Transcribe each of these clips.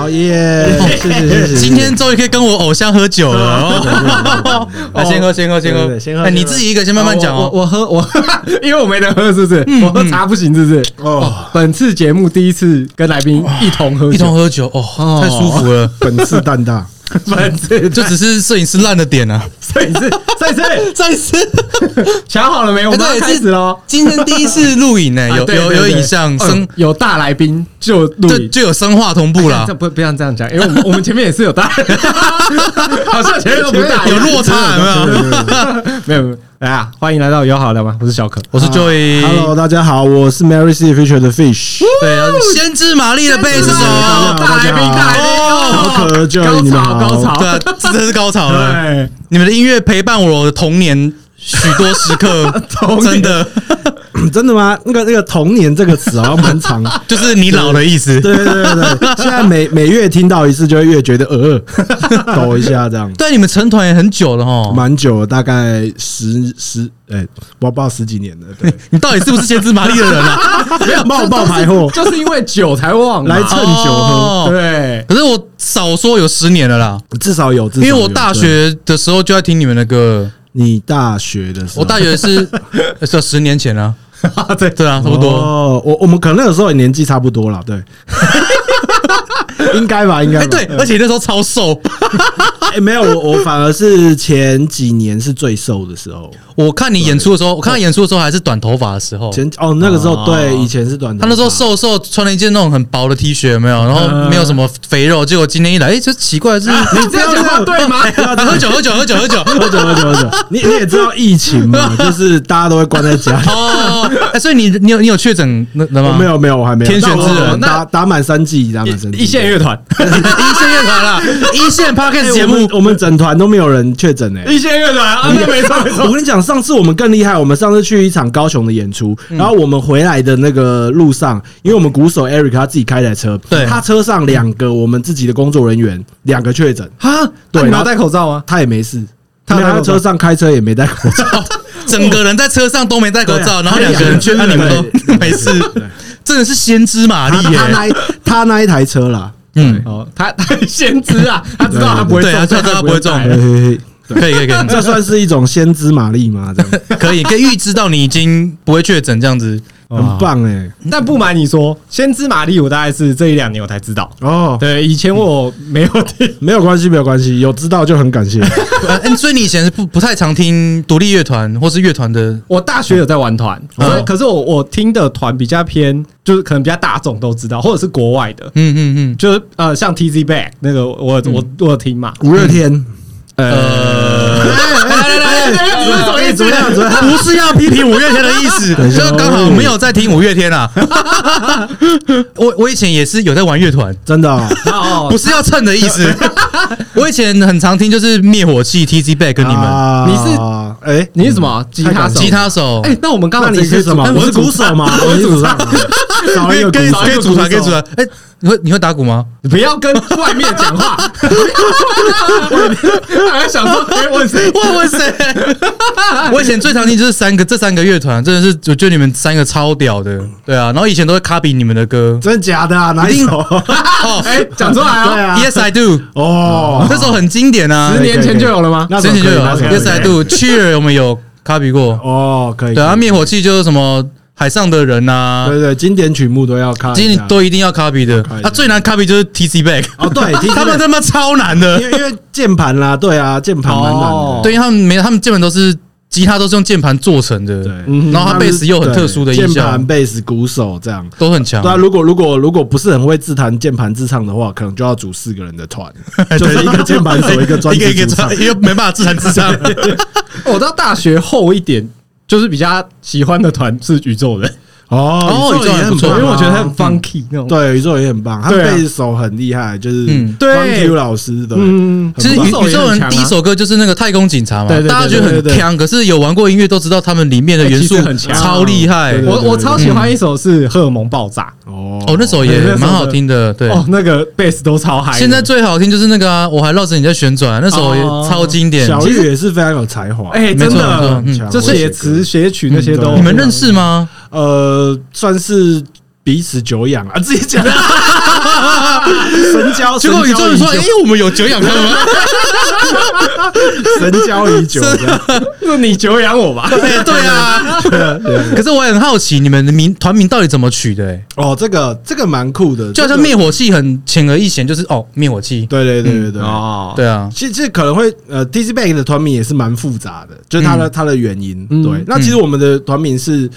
好耶！谢谢。 今天终于可以跟我偶像喝酒了。先喝。哎，你自己一个先慢慢讲哦。 我喝，因为我没得喝，是不是？我喝茶不行，是不是？哦，本次节目第一次跟来宾一同喝酒，哦，太舒服了。 本次蛋大。 就只是摄影师烂的点啊！ 摄影师，想好了没？我们要开始喽！ 今天第一次录影呢，有影像有大来宾就录影， 就有声画同步啦。 不要这样讲，因为我们前面也是有大，好像前面都不大， 有落差， 没有。来啊！欢迎来到友好聊嘛，我是小可， 我是 Joey。 Hello， 大家好，我是 Mary C. Fisher 的 Fish。 对啊，先知玛丽的贝斯手， 大来宾， 小可 Joey，你们好， 高潮， 对啊，这真是高潮了。你们的音乐陪伴我的童年许多时刻，真的。 真的吗？那个童年这个词好像蛮长， 就是你老的意思。 对，现在每月听到一次，就会越觉得抖一下这样。 对，你们成团也很久了哈， 蛮久了，大概不知道10几年了。对， 你到底是不是先知玛丽的人啊？ 没有冒牌货， 就是因为酒才忘来蹭酒喝。 对， 可是我少说有10年了啦， 至少有， 因为我大学的时候就在听你们的歌。 你大学的时候， 我大学是10年前啊。对啊，差不多。 我们可能那个时候也年纪差不多了，对，应该吧。 对，而且那时候超瘦。 没有，我反而是前几年是最瘦的时候。 我看你演出的时候，我看他演出的时候还是短头发的时候。 那个时候对，以前是短头发。 他那时候瘦，穿了一件那种很薄的 T 恤，有没有？然后没有什么肥肉，结果今天一来，这奇怪的是， 你这样讲话对吗？ 喝酒。 你也知道疫情嘛，就是大家都会关在家里。 所以你有确诊了吗？ 没有，我还没有。 天选之人， 打满3剂， 一线乐团， 啦，一线 Podcast 节目， 我们整团都没有人确诊一线乐团啊，没错。 我跟你讲，上次我们更厉害，我们上次去一场高雄的演出，然后我们回来的那个路上，因为我们鼓手 Eric 他自己开台车，他车上2个我们自己的工作人员2个确诊啊，对，然后戴口罩吗？ 他也没事，他在车上开车也没戴口罩， 整个人在车上都没戴口罩，然后2个人确诊，你们都没事，真的是先知玛丽耶！ 他那一台车啦， 他先知啊，他知道他不会中， 他知道他不会中。可以， 这算是一种先知玛丽吗？这样可以预知到你已经不会确诊，这样子很棒哎。 但不瞒你说，先知玛丽我大概是这1-2年我才知道哦。对，以前我没有听， 没有关系，有知道就很感谢。 所以你以前是不太常听独立乐团或是乐团的？ 我大学有在玩团，可是我听的团比较偏，就是可能比较大众都知道，或者是国外的。就是像 TZ Back 那个我有听嘛， 五月天。 怎么样？ 不是要批评五月天的意思，就刚好没有在听五月天啊。我以前也是有在玩乐团， 真的不是要蹭的意思。我以前很常听就是灭火器 TZ Back 跟你们。 你是什么？吉他手。 那我们刚刚你是什么？我是鼓手吗？我是主唱。 可以组团。你会打鼓吗？ 你不要跟外面讲话。我还想说，问谁？ 问谁？我以前最常听就是这三个乐团，真的是我觉得你们3个超屌的，对啊。然后以前都会 copy 你们的歌， 真的假的啊？哪一首？ 讲出来啊！ 对啊 ，Yes I Do。那首很经典啊 ，10年前就有了吗 ？10年前就有 ，Yes I Do。Cheer 我们有 copy 过哦，可以。 对啊，灭火器就是什么海上的人呐， 对，经典曲目都要 copy， 经典都一定要 copy 的。最难 copy 就是 TZ Back。 对， 他们他妈超难的， 因为键盘啦，对啊，键盘蛮难的。 对，因为他们键盘都是吉他都是用键盘做成的，对，然后他贝斯又很特殊的音效， 键盘、贝斯、鼓手这样都很强。 对啊，如果不是很会自弹键盘自唱的话，可能就要组4个人的团，就是一个键盘手，一个专辑主唱， 因为没办法自弹自唱。 我到大学后一点，就是比较喜欢的团是宇宙人。 宇宙也很棒， 因为我觉得很 funky 那种。 对，宇宙也很棒，他贝斯手很厉害，就是 funky 老师的。 其实宇宙人第一首歌就是那个太空警察嘛，大家觉得很强，可是有玩过音乐都知道他们里面的元素很强，超厉害。 我超喜欢一首是荷尔蒙爆炸。 那首也蛮好听的。对， 那个贝斯都超嗨。 现在最好听就是那个我还绕着你在旋转，那首也超经典。 小玉也是非常有才华， 真的，这写词写曲那些都。 你们认识吗？ 算是彼此久仰啊，自己讲。 神交， 结果你终于说，我们有久仰他们吗？ 神交已久， 是你久仰我吧？ 对啊。可是我很好奇，你们的团名到底怎么取的？ 哦，这个蛮酷的， 就好像灭火器很显而易见，就是灭火器。 对， 哦，对啊。 其实可能会TZ Bank 的团名也是蛮复杂的，就是它的原因。对，那其实我们的团名是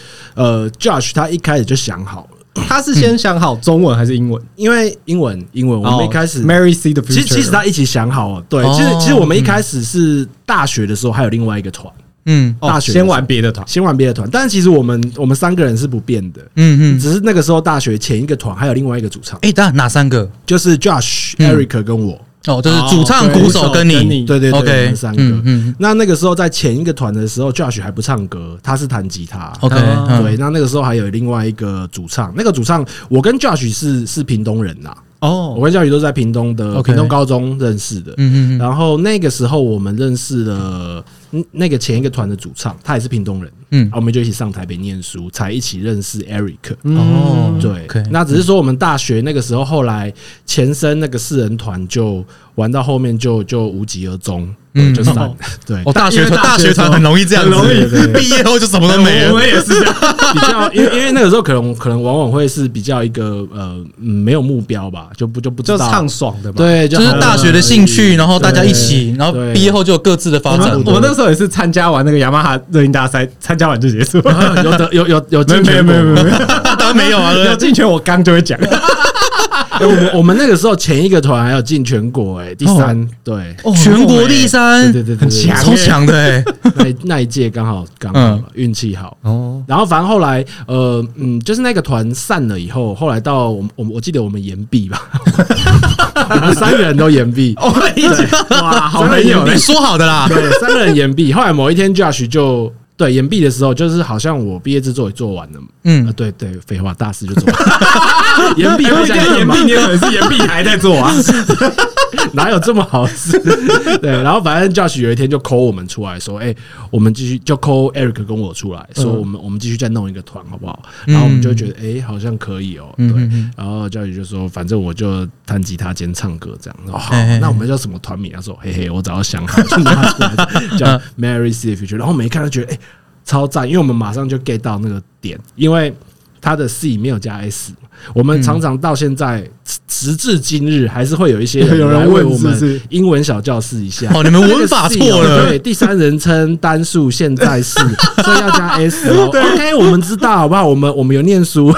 Josh 他一开始就想好了。 他是先想好中文还是英文？ 因为英文，我们一开始 Mary See the Future， 其实他一起想好。对，其实我们一开始是大学的时候还有另外一个团，大学先玩别的团， 但是其实我们3个人是不变的，只是那个时候大学前一个团还有另外一个主唱。 当然哪3个？ 就是 Josh、Eric 跟我。 就是主唱、鼓手跟你， 对 ，OK， 我们3个。那个时候在前一个团的时候 ，Josh 还不唱歌，他是弹吉他。 OK， 对，那个时候还有另外一个主唱，那个主唱我跟 Josh 是屏东人呐。我跟Josh都在屏东高中认识的。然后那个时候我们认识了那个前一个团的主唱，他也是屏东人。我们就一起上台北念书，才一起认识 Eric。对，那只是说我们大学那个时候，后来前身那个4人团就玩到后面就无疾而终。就散了。对， 大学团很容易这样子，毕业后就什么都没了。 我们也是这样， 比较因为那个时候可能往往会是比较一个没有目标吧，就不知道， 就畅爽的嘛。 对， 就是大学的兴趣，然后大家一起，然后毕业后就有各自的发展。 我们那时候也是参加完那个雅马哈热音大赛，参加完就结束。 有进圈？ 没有， 当然没有啊， 有进圈我刚就会讲。 我们那个时候前一个团还有进全国第3，对， 全国第3， 对， 很强， 超强的那一届刚好运气好然后反正后来就是那个团散了以后，后来到我记得我们延毕吧，我们3个人都延毕， 哇，好朋友， 你说好的啦， 对，3个人延毕。后来某一天 Josh 就。对，延毕的时候，就是好像我毕业制作也做完了，对，废话，大四就做完。延毕， 你可能是延毕还在做啊， 哪有这么好事？对，然后反正 Josh 有一天就 call 我们出来说，我们继续就 call Eric 跟我出来说，我们继续再弄一个团好不好？然后我们就觉得，好像可以对。然后 Josh 就说，反正我就弹吉他兼唱歌这样。好，那我们叫什么团名？他说，我早就想好，就拿出来叫 Mary See the Future。然后我们一看就觉得，超赞，因为我们马上就 get 到那个点，因为它的 C 没有加 S， 我们常常到现在时至今日，还是会有一些人来问我们英文小教室一下。 你们文法错了， 对，第3人称单数现在式，所以要加 S。OK， 我们知道好不好？我们有念书。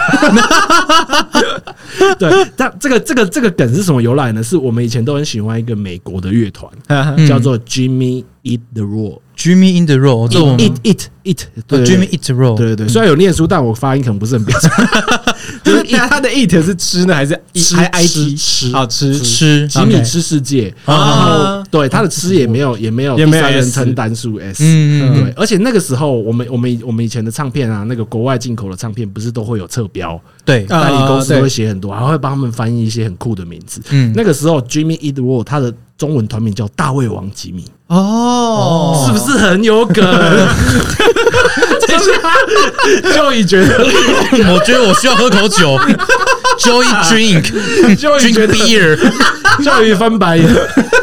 对，但这个梗是什么由来呢？是我们以前都很喜欢一个美国的乐团，叫做 Jimmy Eat the Raw。Jimmy in the Raw， 这种 eat， 对 ，Jimmy Eat the Raw， 对，虽然有念书，但我发音可能不是很标准。 就是他的 eat 是吃呢，还是 it 吃？ 吉米吃世界，然后对他的吃也没有第3人称单数 S， 对，而且那个时候我们以前的唱片啊，那个国外进口的唱片不是都会有侧标， 对， 代理公司会写很多，还会帮他们翻译一些很酷的名字。那个时候 Jimmy Eat the World 他的中文团名叫大胃王吉米，是不是很有梗？Joey 觉得， 我觉得我需要喝口酒。Joey drink beer，Joey 翻白眼。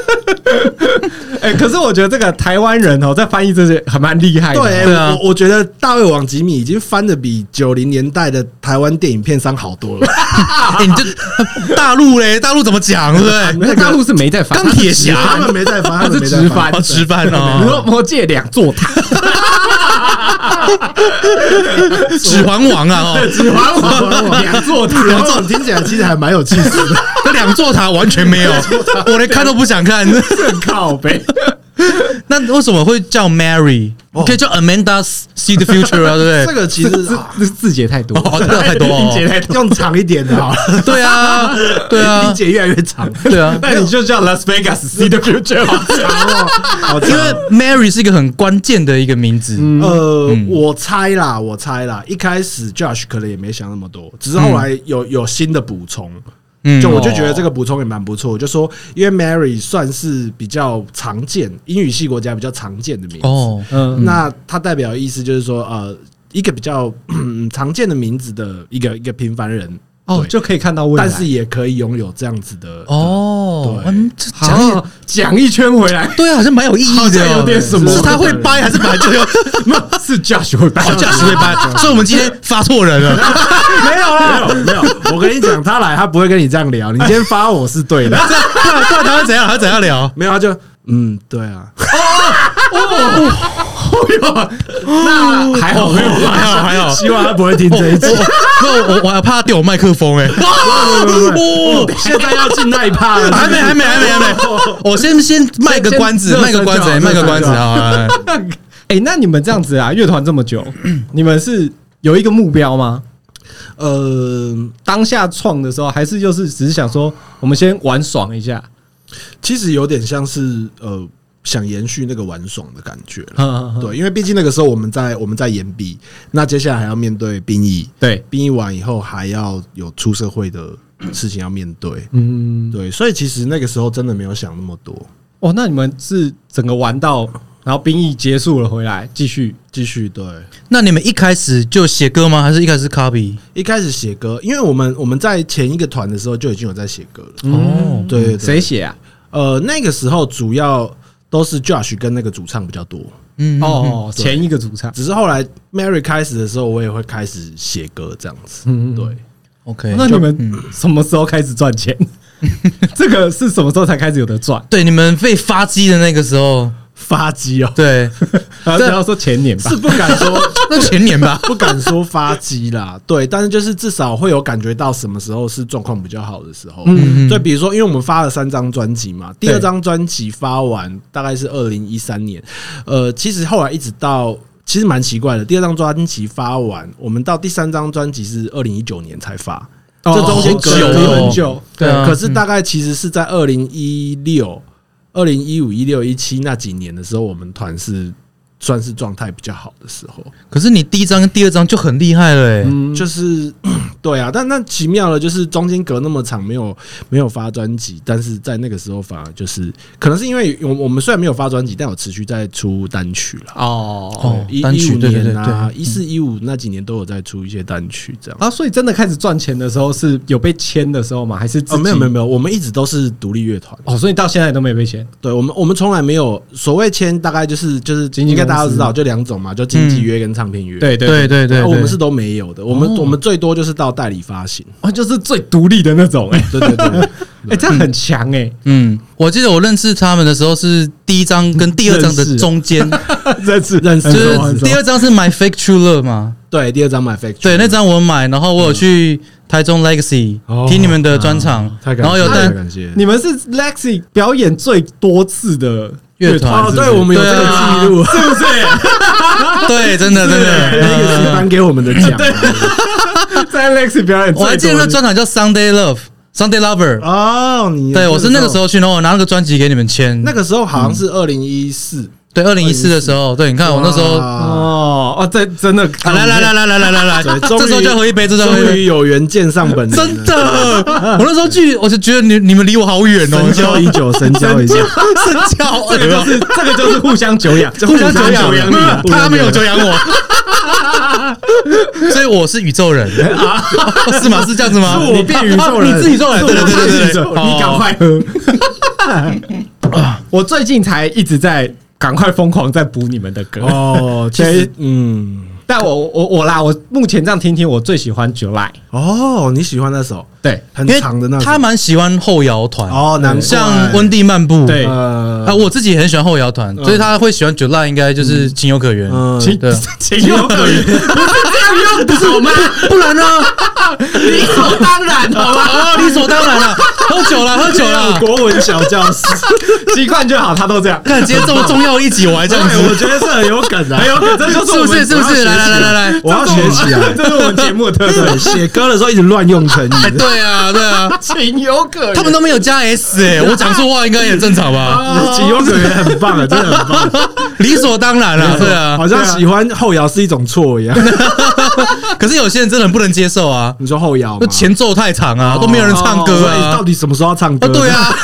可是我觉得这个台湾人在翻译这些还蛮厉害的。 对啊，我觉得大胃王吉米已经翻的比90年代的台湾电影片商好多了。 你这大陆嘞，大陆怎么讲？对不对？ 那大陆是没在翻， 钢铁侠他们没在翻， 他是直翻， 直翻哦。 你说魔戒2座塔， 指环王啊， 指环王2座塔， 这种听起来其实还蛮有气势的。 那2座塔完全没有，我连看都不想看， 很靠北。 那为什么会叫 Mary？可以叫 Amanda See the Future 啊，对不对？ 这个其实字节太多， 太多， 音节太多， 用长一点的好了。 对啊，对啊， 音节越来越长。 对啊， 那你就叫 Las Vegas See the Future， 好长哦。因为 Mary 是一个很关键的一个名字。 我猜啦，一开始 Josh 可能也没想那么多，只是后来有新的补充。我就觉得这个补充也蛮不错，就说因为 Mary 算是比较常见，英语系国家比较常见的名字，那它代表的意思就是说，一个比较常见的名字的一个平凡人， 哦，就可以看到未来， 但是也可以拥有这样子的哦。 讲一圈回来， 对啊，好像蛮有意义的， 有点什么？ 是他会掰还是本来就有？ 是 Josh 会掰 ，Josh 会掰，所以我们今天发错人了。 没有，我跟你讲，他来他不会跟你这样聊，你今天发我是对的。 对，他会怎样？他怎样聊？ 没有，他就对啊。 那还好， 还好， 希望他不会听这一集。 我还怕他掉我麦克风现在要进那一趴了， 还没。我先卖个关子啊！ 那你们这样子啊，乐团这么久，你们是有一个目标吗？当下创的时候，还是就是只是想说，我们先玩爽一下。 其实有点像是想延续那个玩爽的感觉了，对，因为毕竟那个时候我们在延毕，那接下来还要面对兵役， 对， 兵役完以后还要有出社会的事情要面对，对，所以其实那个时候真的没有想那么多。 哦，那你们是整个玩到，然后兵役结束了回来继续，对。 那你们一开始就写歌吗？还是一开始 copy？ 一开始写歌，因为我们在前一个团的时候就已经有在写歌了。 哦， 对， 谁写啊？ 那个时候主要都是 Josh 跟那个主唱比较多。 前一个主唱， 只是后来 Mary 开始的时候，我也会开始写歌这样子。对 ，OK。 那你们什么时候开始赚钱？这个是什么时候才开始有的赚？ 对，你们被发机的那个时候。 发机哦， 对， 不要说前年吧， 是不敢说那前年吧， 不敢说发机啦，对，但是就是至少会有感觉到什么时候是状况比较好的时候。对，比如说，因为我们发了3张专辑嘛，第2张专辑发完大概是2013年，其实后来一直到其实蛮奇怪的，第2张专辑发完，我们到第3张专辑是2019年才发，这中间隔了很久，对，可是大概其实是在2015、16、17那几年的时候，我们团是算是状态比较好的时候。 可是你第1张跟第2张就很厉害了就是对啊，但那奇妙的就是中间隔那么长没有发专辑，但是在那个时候反而就是可能是因为我们虽然没有发专辑，但有持续在出单曲了。 单曲 15年啊，14、15那几年都有在出一些单曲这样啊。所以真的开始赚钱的时候是有被签的时候吗？还是没有，我们一直都是独立乐团所以到现在都没有被签。 对，我们从来没有所谓签，大概就是应该大家都知道，就2种嘛，就经纪约跟唱片约。 对， 我们是都没有的。我们最多就是到代理发行， 就是最独立的那种。 对， 这样很强我记得我认识他们的时候是第1张跟第2张的中间认识， 就是第2张是 My Fake True Love 嘛。 对，第2张 My Fake True Love， 对，那张我买，然后我有去台中 Legacy 听你们的专场，然后有感谢你们是 Legacy 表演最多次的乐团。 对，我们有这个记录， 是不是？ 对，真的， 那个是颁给我们的奖。 在 Legacy 表演最多， 我还记得那专场叫 Sunday Lover。对，我是那个时候去，然后我拿那个专辑给你们签。 那个时候好像是2014。 对，2014的时候，对，你看我那时候这真的来，这时候就喝一杯， 终于有缘见上本人， 真的。我那时候去，我就觉得你们离我好远哦， 深交已久，深交， 这个就是互相久仰， 互相久仰你，他没有久仰我，所以我是宇宙人是吗？是这样子吗？ 我变宇宙人， 你是宇宙人，对， 你赶快喝。我最近才一直在赶快疯狂在补你们的歌其实但我目前这样听，我最喜欢 July。 你喜欢那首？ 对， 很长的那首。 他蛮喜欢后摇团难怪像温蒂漫步。 对我自己也很喜欢后摇团，所以他会喜欢 July， 应该就是情有可原。 情有可原，不是这样用的好吗？ 不然呢？ 理所当然好吗？ 理所当然了。喝酒了， 国文小教室， 习惯就好，他都这样。 看今天这么重要一集，我还这样子， 我觉得是很有梗的， 很有梗，这就是是不是？来， 我要学起来， 这是我们节目的特色。 写歌的时候一直乱用成语， 对啊， 情有可原。 他们都没有加 S 我讲错话应该也正常吧？ 情有可原很棒啊，真的很棒， 理所当然了，对啊， 好像喜欢后摇是一种错一样。 可是有些人真的很不能接受啊。 你说后摇， 前奏太长啊，都没有人唱歌啊， 到底什么时候要唱歌？ 对啊，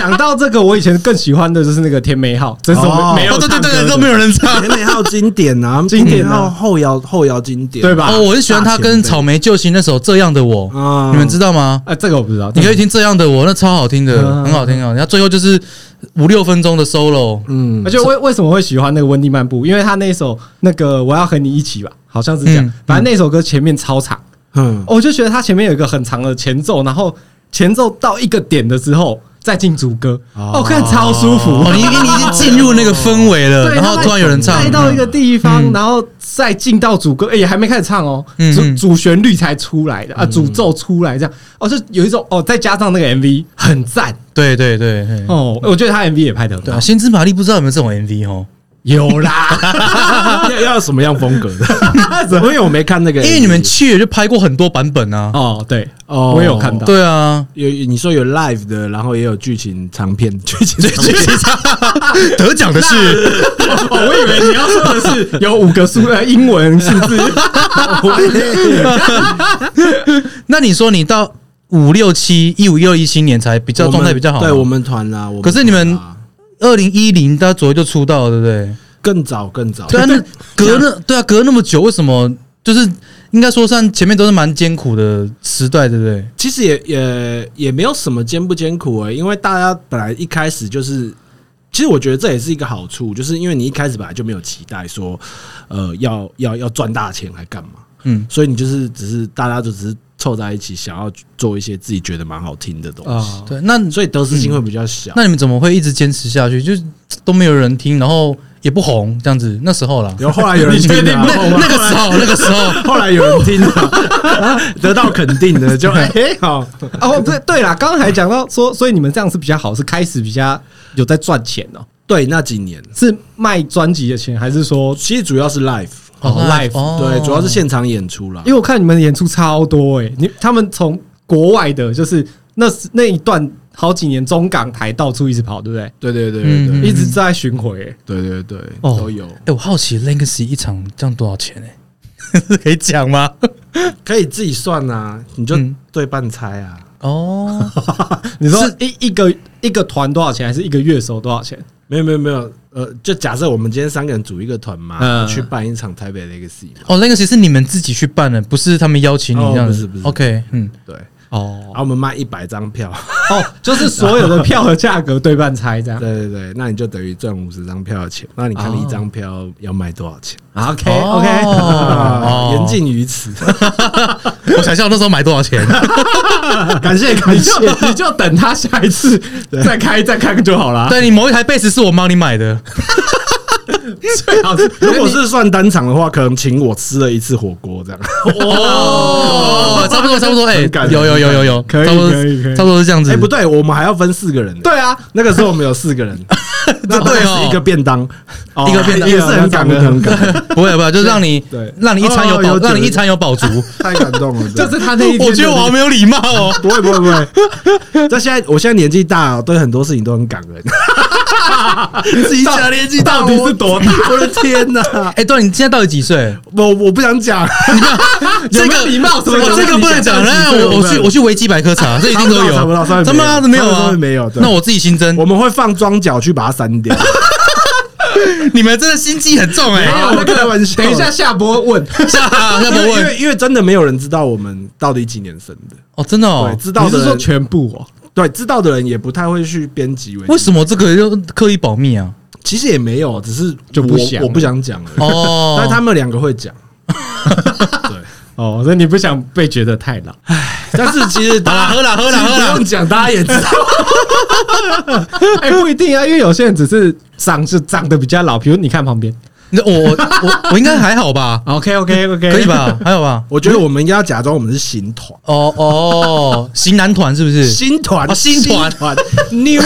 讲到这个，我以前更喜欢的就是那个甜美号，这首没有唱歌的， 对，都没有人唱。 甜美号经典啊， 经典号后摇经典， 对吧？ 我很喜欢他跟草莓救星那首《这样的我》，你们知道吗？ 这个我不知道， 你可以听《这样的我》，那超好听的，很好听啊。然后最后就是5-6分钟的 solo， 而且为什么会喜欢那个温蒂漫步？因为他那首那个我要和你一起吧，好像是这样。反正那首歌前面超长，我就觉得他前面有一个很长的前奏，然后前奏到一个点的时候再进主歌，看超舒服。 你已经进入那个氛围了，然后突然有人唱， 带到一个地方，然后再进到主歌，也还没开始唱哦，主旋律才出来的啊，主奏出来这样，就有一种再加上那个 MV 很赞， 对， 我觉得他 MV 也拍得很好。 先知玛丽不知道有没有这种 MV 哦？ 有啦， 要什么样风格的？因为我没看那个， 因为你们去就拍过很多版本啊。 对，我也有看到。 对啊， 你说有 live 的，然后也有剧情长片，剧情得奖的是， 我以为你要说的是有5个数的英文数字。 那你说你到5、6、7、15、16、17年才比较状态比较好？ 对我们团啦， 可是你们2010到左右就出道了，对不对？ 更早。 对啊，隔那么久，为什么？就是应该说算前面都是蛮艰苦的时代，对不对？ 其实也没有什么艰不艰苦因为大家本来一开始就是，其实我觉得这也是一个好处，就是因为你一开始本来就没有期待说，要赚大钱还干嘛？所以你就是大家就只是凑在一起，想要做一些自己觉得蛮好听的东西。 对，那所以得失心会比较小。 那你们怎么会一直坚持下去？就是都没有人听，然后也不红这样子。那时候啦， 然后后来有人听了， 那个时候， 后来有人听了，得到肯定的就好。 对啦，刚才讲到说，所以你们这样是比较好，是开始比较有在赚钱哦。 对，那几年是卖专辑的钱，还是说其实主要是 live？ 对，主要是现场演出啦。 因为我看你们的演出超多他们从国外的，就是那一段好几年中港台到处一直跑，对不对？ 对， 一直在巡回。 对，都有。 我好奇 Legacy 一场这样多少钱可以讲吗？ 可以自己算啊，你就对半猜啊。 你说一个团多少钱，还是一个乐手多少钱？ 没有，就假设我们今天3个人组一个团嘛，去办一场台北 Legacy。 Legacy 是你们自己去办的，不是他们邀请你这样子。 不是。 OK， 对。然后我们卖100张票， 就是所有的票的价格对半拆这样。 对，那你就等于赚50张票的钱。那你看你一张票要卖多少钱 ？OK， 言尽于此。 我想象那时候买多少钱？ 感谢， 你就等他下一次再开就好了。 对，你某一台贝斯是我帮你买的。 最好是， 如果是算单场的话，可能请我吃了1次火锅这样。 差不多，有， 可以， 差不多是这样子。 不对，我们还要分4个人。 对啊， 那个时候我们有4个人，那对是一个便当， 一个便当也是很感人。 不会，就是让你一餐有饱，让你一餐有饱足， 太感动了。 就是他那一天， 我觉得我好没有礼貌哦。 不会。我现在年纪大，对很多事情都很感人。自己讲年纪到底是多大？ 我的天哪！ 对，你现在到底几岁？ 我不想讲， 这个礼貌什么？ 这个不能讲。那我去维基百科查，这一定都有。怎么没有啊？ 没有。 那我自己新增， 我们会放装脚去把它删掉。 你们真的心机很重开玩笑。 等一下下播问， 因为真的没有人知道我们到底几年生的。 真的对，知道的人你是说全部对，知道的人也不太会去编辑。 为什么这个要刻意保密啊？ 其实也没有，只是我不想讲了。但是他们2个会讲。 对，所以你不想被觉得太老。 但是其实喝了， 不用讲，大家也知道。 不一定啊，因为有些人只是长得比较老，比如你看旁边。 我应该还好吧 ？OK， 可以吧？还好吧？ 我觉得我们应该要假装我们是新团型男团是不是？ 新团，new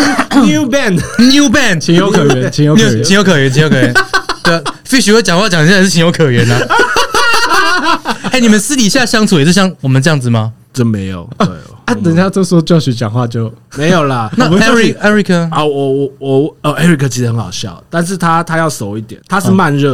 band， 情有可原。 对 ，Fish 会讲话讲现在是情有可原的。你们私底下相处也是像我们这样子吗？ 真没有。对人家都说Josh讲话就没有啦。 那 Eric 啊，Eric 其实很好笑，但是他要熟一点，他是慢热型的。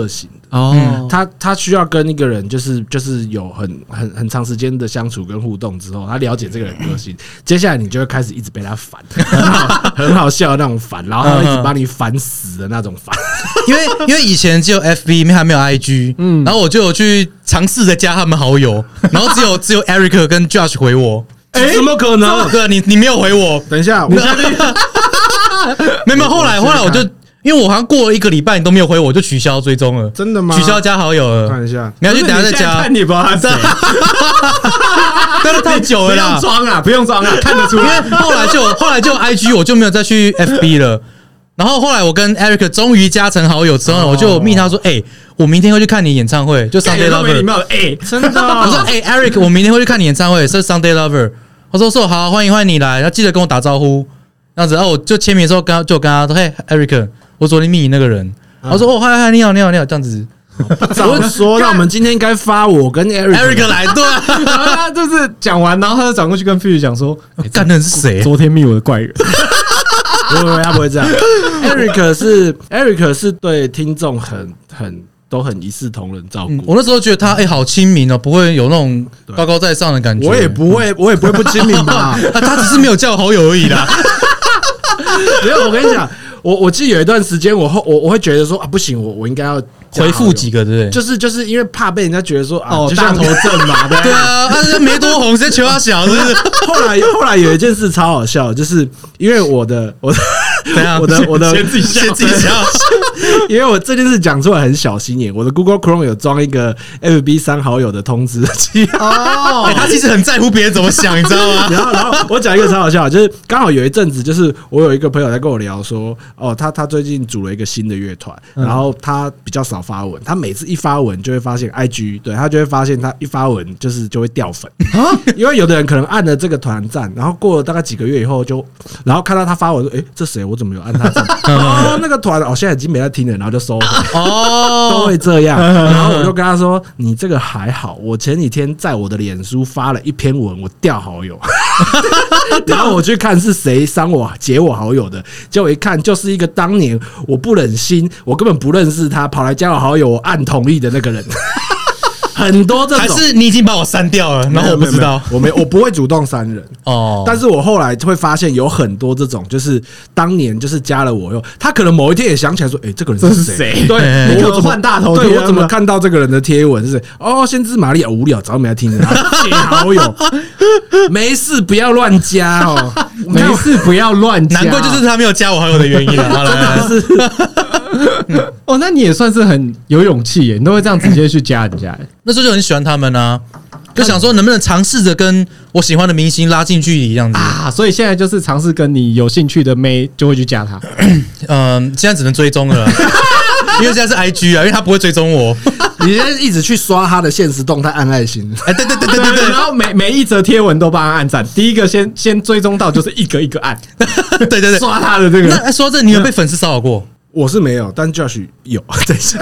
他需要跟一个人就是有很长时间的相处跟互动之后，他了解这个人个性，接下来你就会开始一直被他烦，很好笑的那种烦，然后他会一直把你烦死的那种烦。 因为以前只有 FB 还没有 IG，然后我就有去尝试着加他们好友，然后只有 Eric 跟 Josh 回我。 怎么可能？ 对啊，你没有回我。 等一下， 没有。后来我就因为我好像过了1个礼拜你都没有回我，就取消追踪了。 真的吗？ 取消加好友了。 看一下， 你要去等下再加。 看你不知道他谁， 但是太久了啦， 不用装啊，看得出来。 因为后来就 IG 我就没有再去 FB 了。然后后来我跟 Eric 终于加成好友之后，我就密他说：“我明天会去看你演唱会，就 Sunday Lover。” 真的。 我说：“Eric， 我明天会去看你演唱会，是 Sunday Lover。”我说：“好，欢迎你来，要记得跟我打招呼。”这样子，然后我就签名的时候跟他说：“嘿 ，Eric， 我昨天密你那个人。”我说：“嗨，你好，这样子。” 早说，那我们今天应该发我跟 Eric 来，对啊， 然后他就是讲完，然后他就转过去跟 Fish 讲说：“ 干的是谁？ 昨天密我的怪人。” 他不会这样。Eric 是对听众都很一视同仁照顾。 我那时候觉得他好亲民哦，不会有那种高高在上的感觉。 我也不会不亲民吧？ 他只是没有叫好友而已啦。 没有，我跟你讲，我记得有一段时间，我会觉得说不行，我应该要回复几个，对不对？ 就是因为怕被人家觉得说就像大头症嘛， 对啊，他没多红，直接求他小，是不是？ 后来有一件事超好笑，就是因为我的先自己笑， 因为我这件事讲出来很小心眼，我的 Google Chrome 有装一个 FB 删好友的通知器。 他其实很在乎别人怎么想，你知道吗？ 然后我讲一个超好笑，就是刚好有一阵子，就是我有一个朋友在跟我聊说，他最近组了一个新的乐团，然后他比较少发文，他每次一发文就会发现 IG， 对他就会发现他一发文就会掉粉，因为有的人可能按了这个团赞，然后过了大概几个月以后然后看到他发文说，这谁？我怎么有按他赞？那个团现在已经没在听了，然后就收回。都会这样。然后我就跟他说，你这个还好，我前几天在我的脸书发了一篇文，我掉好友，然后我去看是谁解我好友的，结果一看就是一个当年我不忍心，我根本不认识他，跑来加我好友，我按同意的那个人。很多这种， 还是你已经把我删掉了，然后我不知道， 我不会主动删人哦。但是我后来会发现有很多这种，就是当年就是加了我他可能某一天也想起来说，这个人是谁？对， 我怎么换大头贴？ 我怎么看到这个人的贴文是谁？先知玛利亚无聊，早没来听人解好友，没事不要乱加哦， 没事不要乱加， 难怪就是他没有加我好友的原因了。好了，是那你也算是很有勇气耶，你都会这样直接去加人家。 那时候就很喜欢他们啊，就想说能不能尝试着跟我喜欢的明星拉近距离这样子啊。所以现在就是尝试跟你有兴趣的妹就会去加他。 现在只能追踪了，因为现在是 IG 啊，因为他不会追踪我。 你现在一直去刷他的限时动态按爱心， 对，然后每一则贴文都帮他按赞，第一个先追踪到就是一个一个按， 对， 刷他的这个。 那说这你有被粉丝骚扰过？ 我是没有，但 Josh 有。等一下，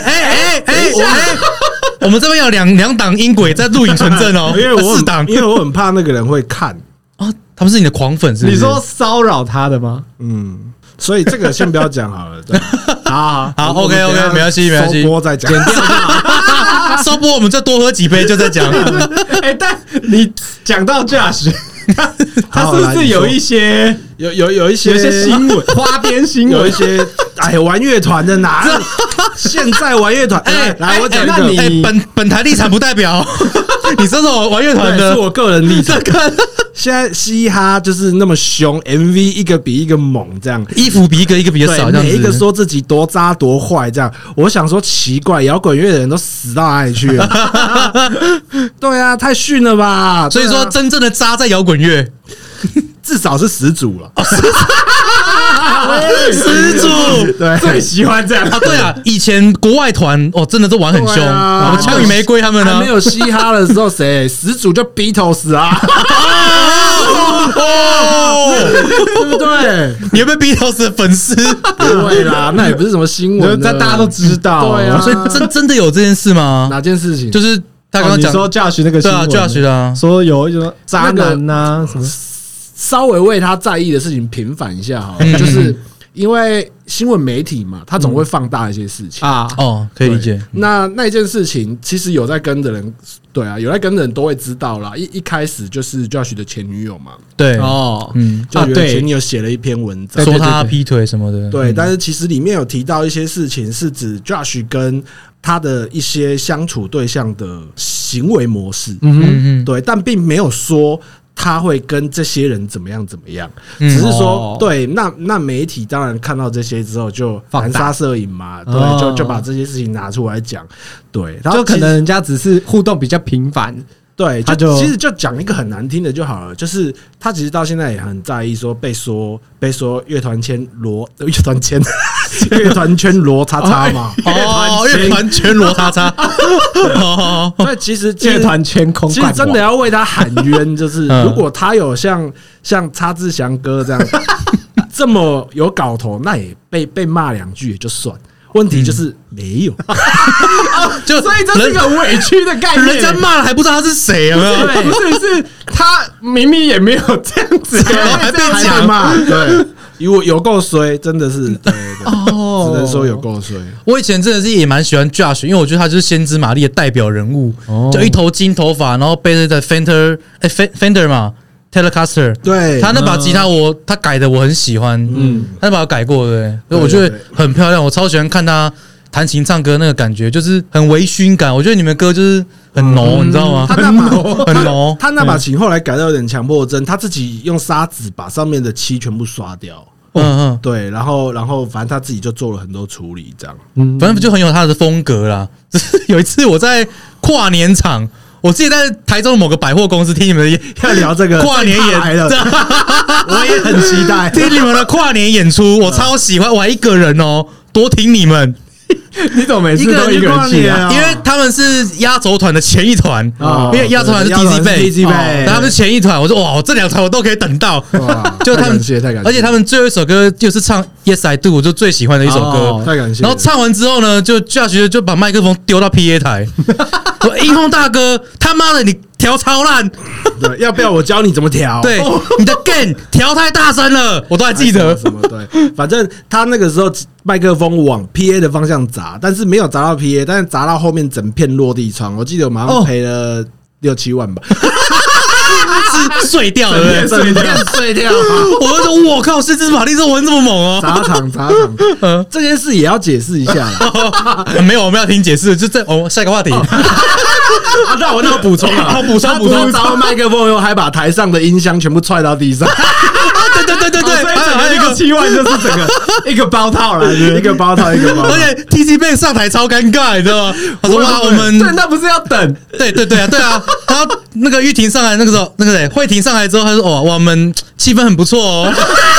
我们这边有两档音轨在录影存证哦， 因为我很怕那个人会看哦，他们是你的狂粉，是不是？ 你说骚扰他的吗？ 所以这个先不要讲好了。 好 ，OK， 没关系， 收播再讲， 剪掉。收播，我们再多喝几杯就再讲。 但你讲到 Josh， 他是不是有一些有一些新闻花边新闻， 有一些玩乐团的哪？现在玩乐团，来我讲一个， 你本台立场不代表。你这种玩乐团的是我个人立场。现在嘻哈就是那么凶 ，MV 一个比一个猛，这样衣服比一个比较少， 每一个说自己多渣多坏，这样我想说奇怪，摇滚乐的人都死到哪里去了？对啊，太逊了吧！ 所以说，真正的渣在摇滚乐， 至少是始祖了。 始祖对最喜欢这样啊！对啊，以前国外团真的都玩很凶，我们枪与玫瑰他们呢， 没有嘻哈的时候，谁始祖就 Beatles 啊？对不对？ 你有没有 Beatles 的粉丝？ 不会啦，那也不是什么新闻， 大家都知道。 对啊， 所以真的有这件事吗？ 哪件事情？ 就是他刚刚讲说 Josh 那个新闻， 对啊 ，Josh 啊， 说有一种渣男啊什么。 稍微为他在意的事情平反一下哈，就是因为新闻媒体嘛，他总会放大一些事情啊。 哦，可以理解。 那一件事情，其实有在跟的人，对啊，有在跟的人都会知道啦。一开始就是 Josh 的前女友嘛， 对哦，就有前女友写了一篇文章， 说他劈腿什么的。 对，但是其实里面有提到一些事情，是指 Josh 跟他的一些相处对象的行为模式，对，但并没有说他会跟这些人怎么样，只是说对。那媒体当然看到这些之后就含沙射影嘛，对，就把这些事情拿出来讲，对， 就可能人家只是互动比较频繁。 对，其实就讲一个很难听的就好了，就是他其实到现在也很在意说被说乐团圈罗叉叉嘛， 乐团圈罗叉叉， 所以其实乐团圈空， 其实真的要为他喊冤，就是如果他有像叉志祥哥这样这么有搞头，那也被骂2句也就算。问题就是没有， 所以这是一个很委屈的概念。 人家骂了还不知道他是谁，有没有？ 不是他明明也没有这样子， 还被讲骂，对，有够衰，真的是，对，只能说有够衰。 我以前真的是也蛮喜欢 Josh， 因为我觉得他就是先知玛丽的代表人物，就一头金头发，然后背着的 Fender 嘛。Telecaster， 对， 他那把吉他他改的我很喜欢，他那把改过的，所以我觉得很漂亮，我超喜欢看他弹琴唱歌那个感觉，就是很微醺感。我觉得你们歌就是很浓，你知道吗？ 他那把很浓， 他那把琴后来改到有点强迫症，他自己用砂纸把上面的漆全部刷掉。对，然后反正他自己就做了很多处理，这样， 反正就很有他的风格啦。只是有一次我在跨年场。我自己在台中某个百货公司听你们要聊这个跨年演， 我也很期待听你们的跨年演出，我超喜欢，我还一个人哦，多听你们。 你怎么每次都一个人去啊？ 因为他们是压轴团的前一团，因为压轴团是 DZ Bay， 他们是前一团。我说哇，这2团我都可以等到，就他们，而且他们最后一首歌就是唱 Yes I Do， 我就最喜欢的一首歌， 太感谢。 然后唱完之后呢，就 Josh 就把麦克风丢到 PA 台，说音控大哥，他妈的你调超烂， 对，要不要我教你怎么调？ 对，你的 gain 调太大声了，我都还记得。 什么对，反正他那个时候麦克风往 PA 的方向砸，但是没有砸到 PA， 但是砸到后面整片落地窗。我记得我马上赔了6-7万吧。 是碎掉了， 碎掉。 我就说，我靠，是芝麻力这文这么猛哦！ 砸场，这件事也要解释一下啦。 没有，我们要听解释，就在下一个话题。 那我补充啊， 补充， 砸麦克风后还把台上的音箱全部踹到地上。 对， 还有一个7万就是整个一个包套了， 一个包套。 而且 TC Bank 上台超尴尬，你知道吗？他说哇，我们那不是要等？ 对啊。然后那个玉婷上来，那个时候那个谁慧婷上来之后，他说哇，我们气氛很不错哦。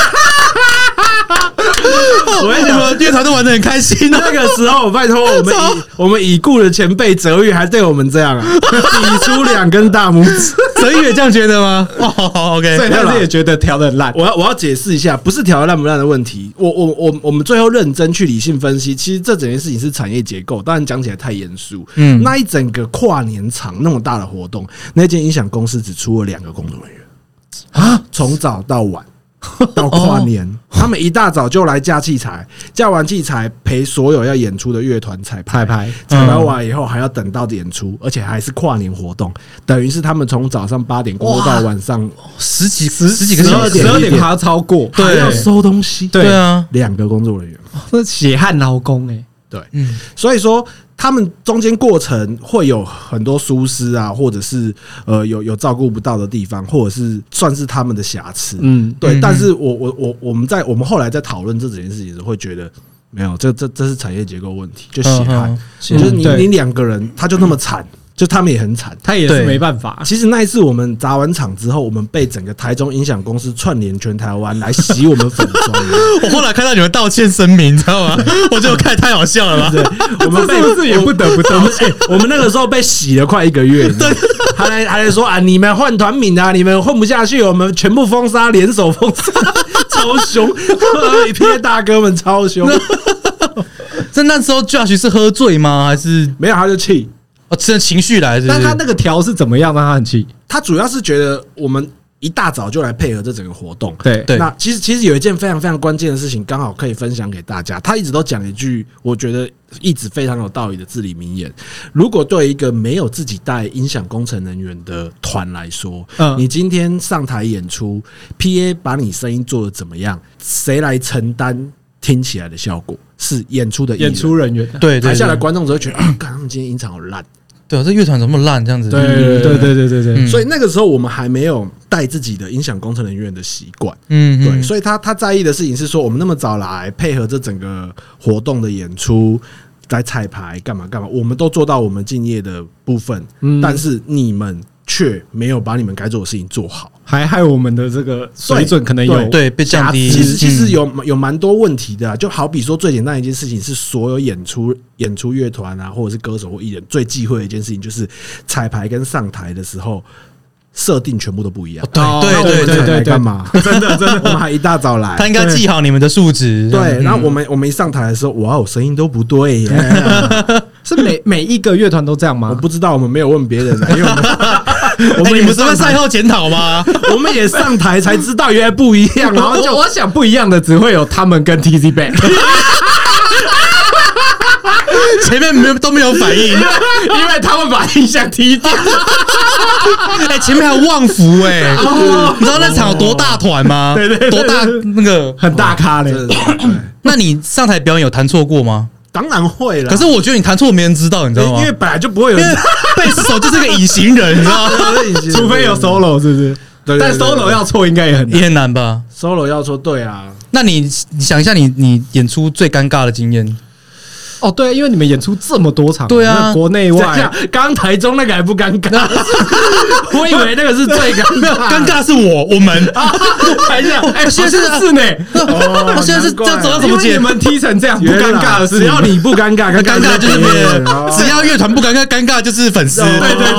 我跟你讲，乐团都玩得很开心。 那个时候，拜托我们已故的前辈哲宇还对我们这样啊，比出2根大拇指。 哲宇也这样觉得吗？哦 ，OK， 所以他也觉得调得烂。 我要解释一下，不是调得烂不烂的问题。我们最后认真去理性分析，其实这整件事情是产业结构。当然讲起来太严肃。那一整个跨年场那么大的活动，那间音响公司只出了2个工作人员啊，从早到晚。到跨年，他们一大早就来架器材，架完器材陪所有要演出的乐团彩排完以后还要等到演出，而且还是跨年活动，等于是他们从早上8点工作到晚上十几个小时 ，12点还要超过， 还要收东西， 对啊 ，2个工作人员， 这血汗劳工对，所以说他们中间过程会有很多疏失啊，或者是有照顾不到的地方，或者是算是他们的瑕疵，对。但是我们后来在讨论这整件事情时，会觉得没有，这是产业结构问题，就血汗，就是你2个人他就那么惨。就他们也很惨， 他也是没办法。 其实那一次我们砸完场之后，我们被整个台中音响公司串联全台湾来洗我们粉妆。 我后来看到你们道歉声明，你知道吗？我觉得看太好笑了吧？ 对，我们是不是也不得不道歉？ 我们那个时候被洗了快1个月，对，还来说啊，你们换团名啊，你们混不下去，我们全部封杀，联手封杀，超凶，一批大哥们超凶。 那时候 Josh 是喝醉吗？还是没有？他就气。 真的情绪来， 但他那个调是怎么样让他很气？ 他主要是觉得我们一大早就来配合这整个活动。 对， 那其实有一件非常非常关键的事情，刚好可以分享给大家。他一直都讲一句，我觉得一直非常有道理的至理名言：如果对一个没有自己带音响工程人员的团来说，你今天上台演出 ，PA 把你声音做得怎么样，谁来承担听起来的效果？是演出的演出人员。 对， 台下的观众只会觉得啊，他们今天音场好烂。 对，这乐团怎么烂这样子？ 对， 所以那个时候我们还没有带自己的音响工程人员的习惯，对，所以他在意的事情是说，我们那么早来配合这整个活动的演出，在彩排干嘛，我们都做到我们敬业的部分，但是你们却没有把你们该做的事情做好， 还害我们的这个水准可能有被降低。 其实有蛮多问题的，就好比说最简单的一件事情是，所有演出乐团啊，或者是歌手或艺人最忌讳的一件事情，就是彩排跟上台的时候设定全部都不一样。 对， 干嘛？真的，我们还一大早来， 他应该记好你们的数值。 对，然后我们一上台的时候，哇，我声音都不对耶。 是每一个乐团都这样吗？ 我不知道，我们没有问别人，因为你们是在赛后检讨吗？ 我们也上台才知道原来不一样，然后我想不一样的只会有他们跟 TZ Band。 前面都没有反应，因为他们把音响踢掉。 前面还有旺福你知道那场有多大团吗？ 对， 多大那个很大咖嘞。 那你上台表演有弹错过吗？ 当然会了， 可是我觉得你弹错没人知道，你知道吗？ 因为本来就不会有人， 贝斯手就是个隐形人，你知道吗？ 除非有 solo， 是不是？ 对， 但 solo 要错应该也很难吧 ？solo 要错，对啊。 那你想一下，你演出最尴尬的经验。 哦，对，因为你们演出这么多场， 对啊， 国内外， 刚台中那个还不尴尬，我以为那个是最尴尬是我们， 台下，现在是呢， 现在是这走到什么节？ 你们踢成这样不尴尬的是， 只要你不尴尬， 尴尬就是别人，只要乐团不尴尬，尴尬就是粉丝。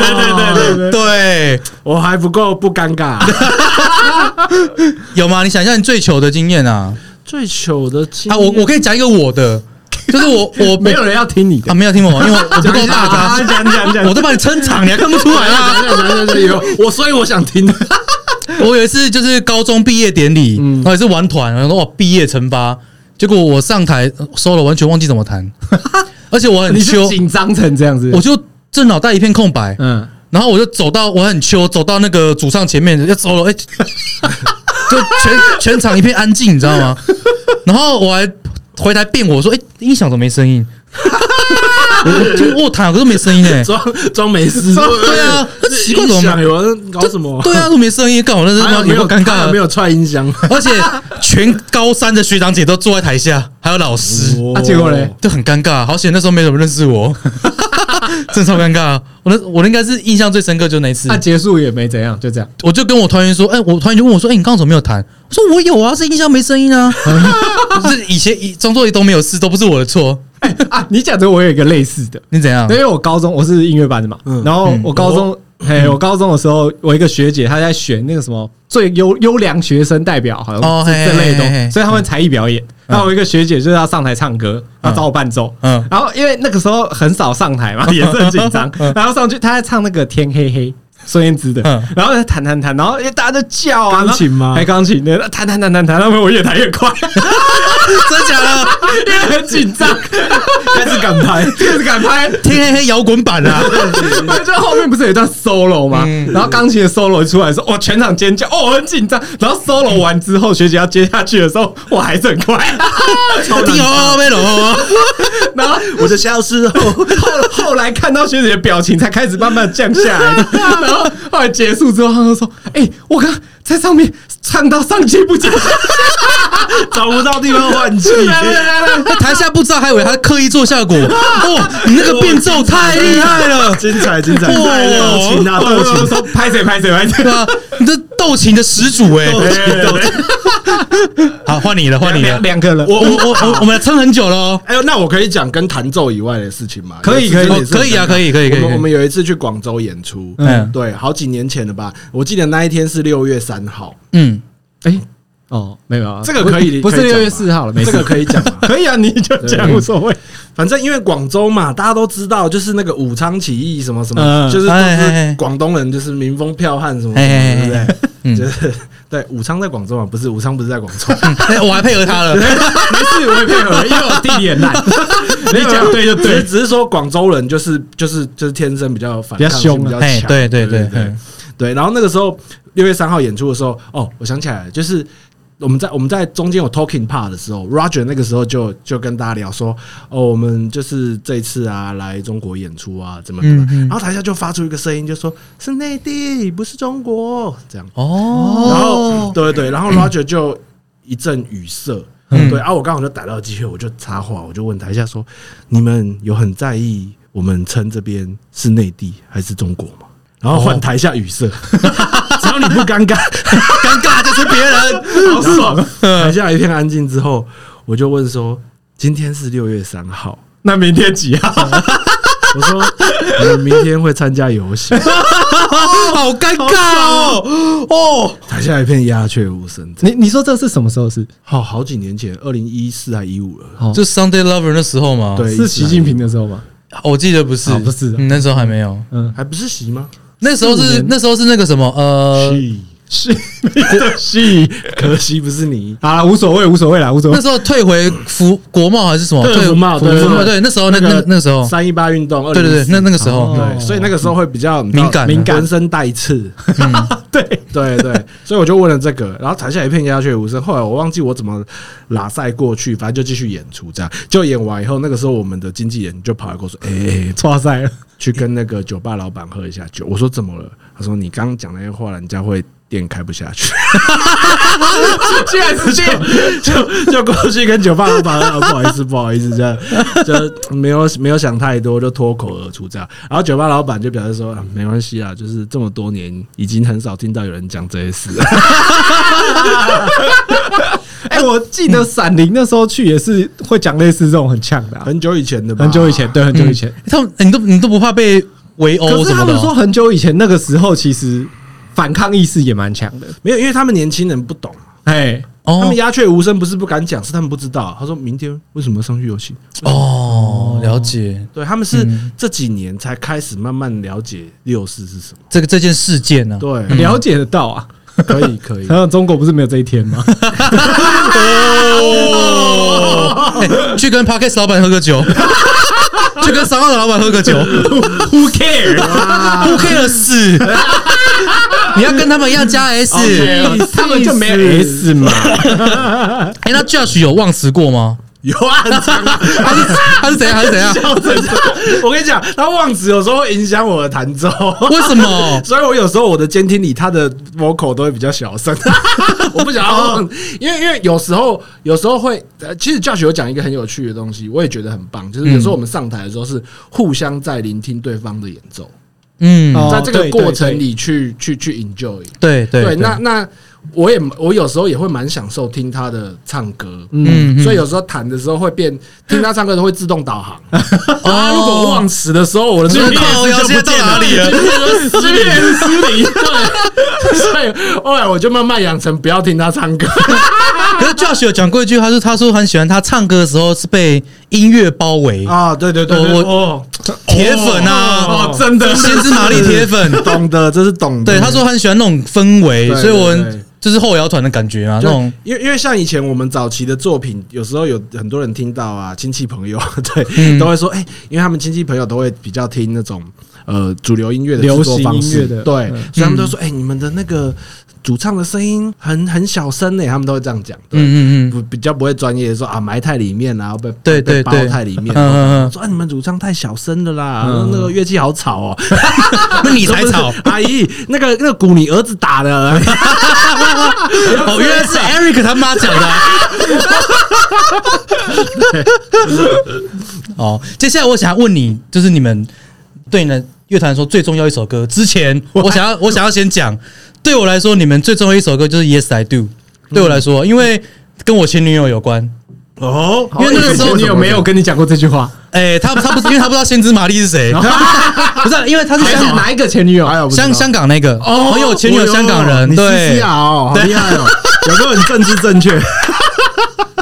对， 我还不够不尴尬， 有吗？你想一下你最糗的经验啊， 最糗的经验啊，我可以讲一个我的。就是我没有人要听你的啊，没有听我，因为我不够大咖。 讲， 我都把你撑场，你还看不出来啊？ 所以我想听。 我有一次就是高中毕业典礼，然后也是玩团，然后哇毕业成发，结果我上台 solo 完全忘记怎么弹，而且我很糗，紧张成这样子， 我就这脑袋一片空白，然后我就我很糗，走到那个主唱前面要 solo， 就全场一片安静，你知道吗？然后我还回来辩我说：“音响怎么没声音？我弹可是没声音装没事。 对啊，奇怪怎么有人搞什么？ 对啊，都没声音，干我那是有点尴尬， 没有踹音箱， 而且全高三的学长姐都坐在台下，还有老师， 结果嘞就很尴尬。好险那时候没什么认识我，真超尴尬。我应该是印象最深刻就那一次。 结束也没怎样，就这样。 我就跟我团员说：“我团员就问我说：‘你刚刚怎么没有弹？’我说：‘我有啊，是音箱没声音啊。’就是以前装作都没有事，都不是我的错。 你讲的我有一个类似的， 你怎样？ 因为我高中我是音乐班的嘛，然后我高中，我高中的时候，我一个学姐她在选那个什么最优良学生代表，好像这类的东西，所以他们才艺表演。然后我一个学姐就是要上台唱歌，要找我伴奏，然后因为那个时候很少上台嘛，也是很紧张，然后上去她在唱那个天黑黑。孙燕姿的，然后弹，然后大家就叫啊， 钢琴吗？ 还钢琴的，弹，然后我越弹越快， 真假的？ 因为很紧张， 开始敢拍， 天黑黑摇滚版啊！ 就后面不是有一段 solo 吗？然后钢琴的 solo 出来的时候，全场尖叫，很紧张。然后 solo 完之后，学姐要接下去的时候，我还是很快， 超听哦，没了。 然后我就消失后来看到学姐的表情，才开始慢慢降下来。然后后来结束之后，他就说：“我刚在上面唱到上气不接， 找不到地方换气。 台下不知道，还以为他刻意做效果。哇，你那个变奏太厉害了， 精彩！斗琴啊，斗琴， 说拍谁？ 对啊，你这斗琴的始祖好，换你了， 两个人， 我们撑很久了。 那我可以讲跟弹奏以外的事情吗？ 可以啊，可以。 我们有一次去广州演出，对，好几年前了吧？我记得那一天是6月3号。 没有， 这个可以， 不是6月4号了，没事， 这个可以讲吗？ 可以啊，你就讲无所谓。 反正因为广州嘛，大家都知道，就是那个武昌起义什么什么，就是都是广东人，就是民风剽悍什么，对不对？ 就是对武昌在广州嘛，不是武昌不是在广州， 我还配合他了， 没事，我会配合，因为我地理很烂。你讲对就对， 只是说广州人就是天生比较反抗性比较强，对。然后那个时候6月3号演出的时候，我想起来了，就是我们在中间有 talking part 的时候 ，Roger 那个时候就跟大家聊说，我们就是这一次啊来中国演出啊，怎么，然后台下就发出一个声音，就说是内地，不是中国，这样。然后对，然后 Roger 就一阵语塞。对啊，我刚好就逮到机会，我就插话，我就问台下说：“你们有很在意我们称这边是内地还是中国吗？”然后换台下语塞，只要你不尴尬， 尴尬就是别人， 好爽。 台下一片安静之后，我就问说：“今天是6月3号， 那明天几号？” 我说：“你们明天会参加游行。” 好尴尬哦！ 台下一片鸦雀无声。 你说这是什么时候？是好几年前，2014还15了， 就 Sunday Lover 那时候吗？ 对， 是习近平的时候吗？ 我记得不是， 不是， 那时候还没有， 还不是习吗？ 那时候是那个什么是可惜不是你啊，无所谓啦，无所谓。 那时候退回国贸还是什么？ 退服贸， 对，那时候那时候 318运动， 对，那个时候， 对，所以那个时候会比较敏感， 浑身带刺，对，所以我就问了这个，然后台下一片鸦雀无声。后来我忘记我怎么拉赛过去，反正就继续演出，这样就演完以后，那个时候我们的经纪人就跑来跟我说：“ 挫赛了， 去跟那个酒吧老板喝一下酒。”我说：“怎么了？”他说：“你刚刚讲那些话，人家会。”店开不下去， 居然直接就过去跟酒吧老板说不好意思，这样就没有想太多，就脱口而出这样。然后酒吧老板就表示说没关系啦，就是这么多年已经很少听到有人讲这些事了。 我记得闪灵那时候去也是会讲类似这种很呛的， 很久以前的吧？ 很久以前，对，很久以前。 他们你都不怕被围殴什么的？可是他们说很久以前那个时候其实。反抗意识也蛮强的， 没有，因为他们年轻人不懂，他们鸦雀无声，不是不敢讲，是他们不知道。他说明天为什么上去游行？ 了解。 对，他们是这几年才开始慢慢了解6四是什么这件事件呢？ 对， 了解得到啊， 可以。 然后中国不是没有这一天吗？ 去跟 Podcast 老板喝个酒。去跟商号的老板喝个酒 ，Who cares？Who cares？你要跟他们一样加 S， 他们就没有 S 嘛？ 那 Josh 有忘词过吗？ 有啊，很长啊， 他是怎样？ 我跟你讲，他忘词有时候会影响我的弹奏。 为什么？ 所以我有时候我的监听里他的 vocal 都会比较小声。我不想要忘，因为有时候会，其实 Josh 有讲一个很有趣的东西，我也觉得很棒，就是有时候我们上台的时候是互相在聆听对方的演奏。在这个过程里去 enjoy。对，那我有时候也会蛮享受听他的唱歌，所以有时候弹的时候会听他唱歌都会自动导航。如果我忘词的时候，我的 GPS 就不见哪里了，失灵。对，所以后来我就慢慢养成不要听他唱歌。 可是 Josh 有讲过一句，他说很喜欢他唱歌的时候是被音乐包围啊，对， 我铁粉啊， 真的先知玛丽铁粉， 懂的，这是懂的。 对，他说很喜欢那种氛围，所以我就是后摇团的感觉啊，那种因为像以前我们早期的作品，有时候有很多人听到啊，亲戚朋友对都会说，因为他们亲戚朋友都会比较听那种主流音乐的制作方式，对，所以他们都说，你们的那个主唱的声音很小声呢，他们都会这样讲，比较不会专业的说啊埋太里面啊，被包太里面，说你们主唱太小声了啦，那个乐器好吵哦， 那你才吵， 阿姨，那个鼓你儿子打的。 原来是 Eric 他妈讲的。接下来我想要问你，就是你们对你的乐团说最重要一首歌之前，我想要先讲，对我来说，你们最重要一首歌就是 Yes I Do。对我来说，因为跟我前女友有关。因为那个时候你有没有跟你讲过这句话？ 他不是，因为他不知道先知玛丽是谁，不是，因为他是哪一个前女友？ 香港那个，我有前女友香港人，对， 好厉害哦，有没有很政治正确？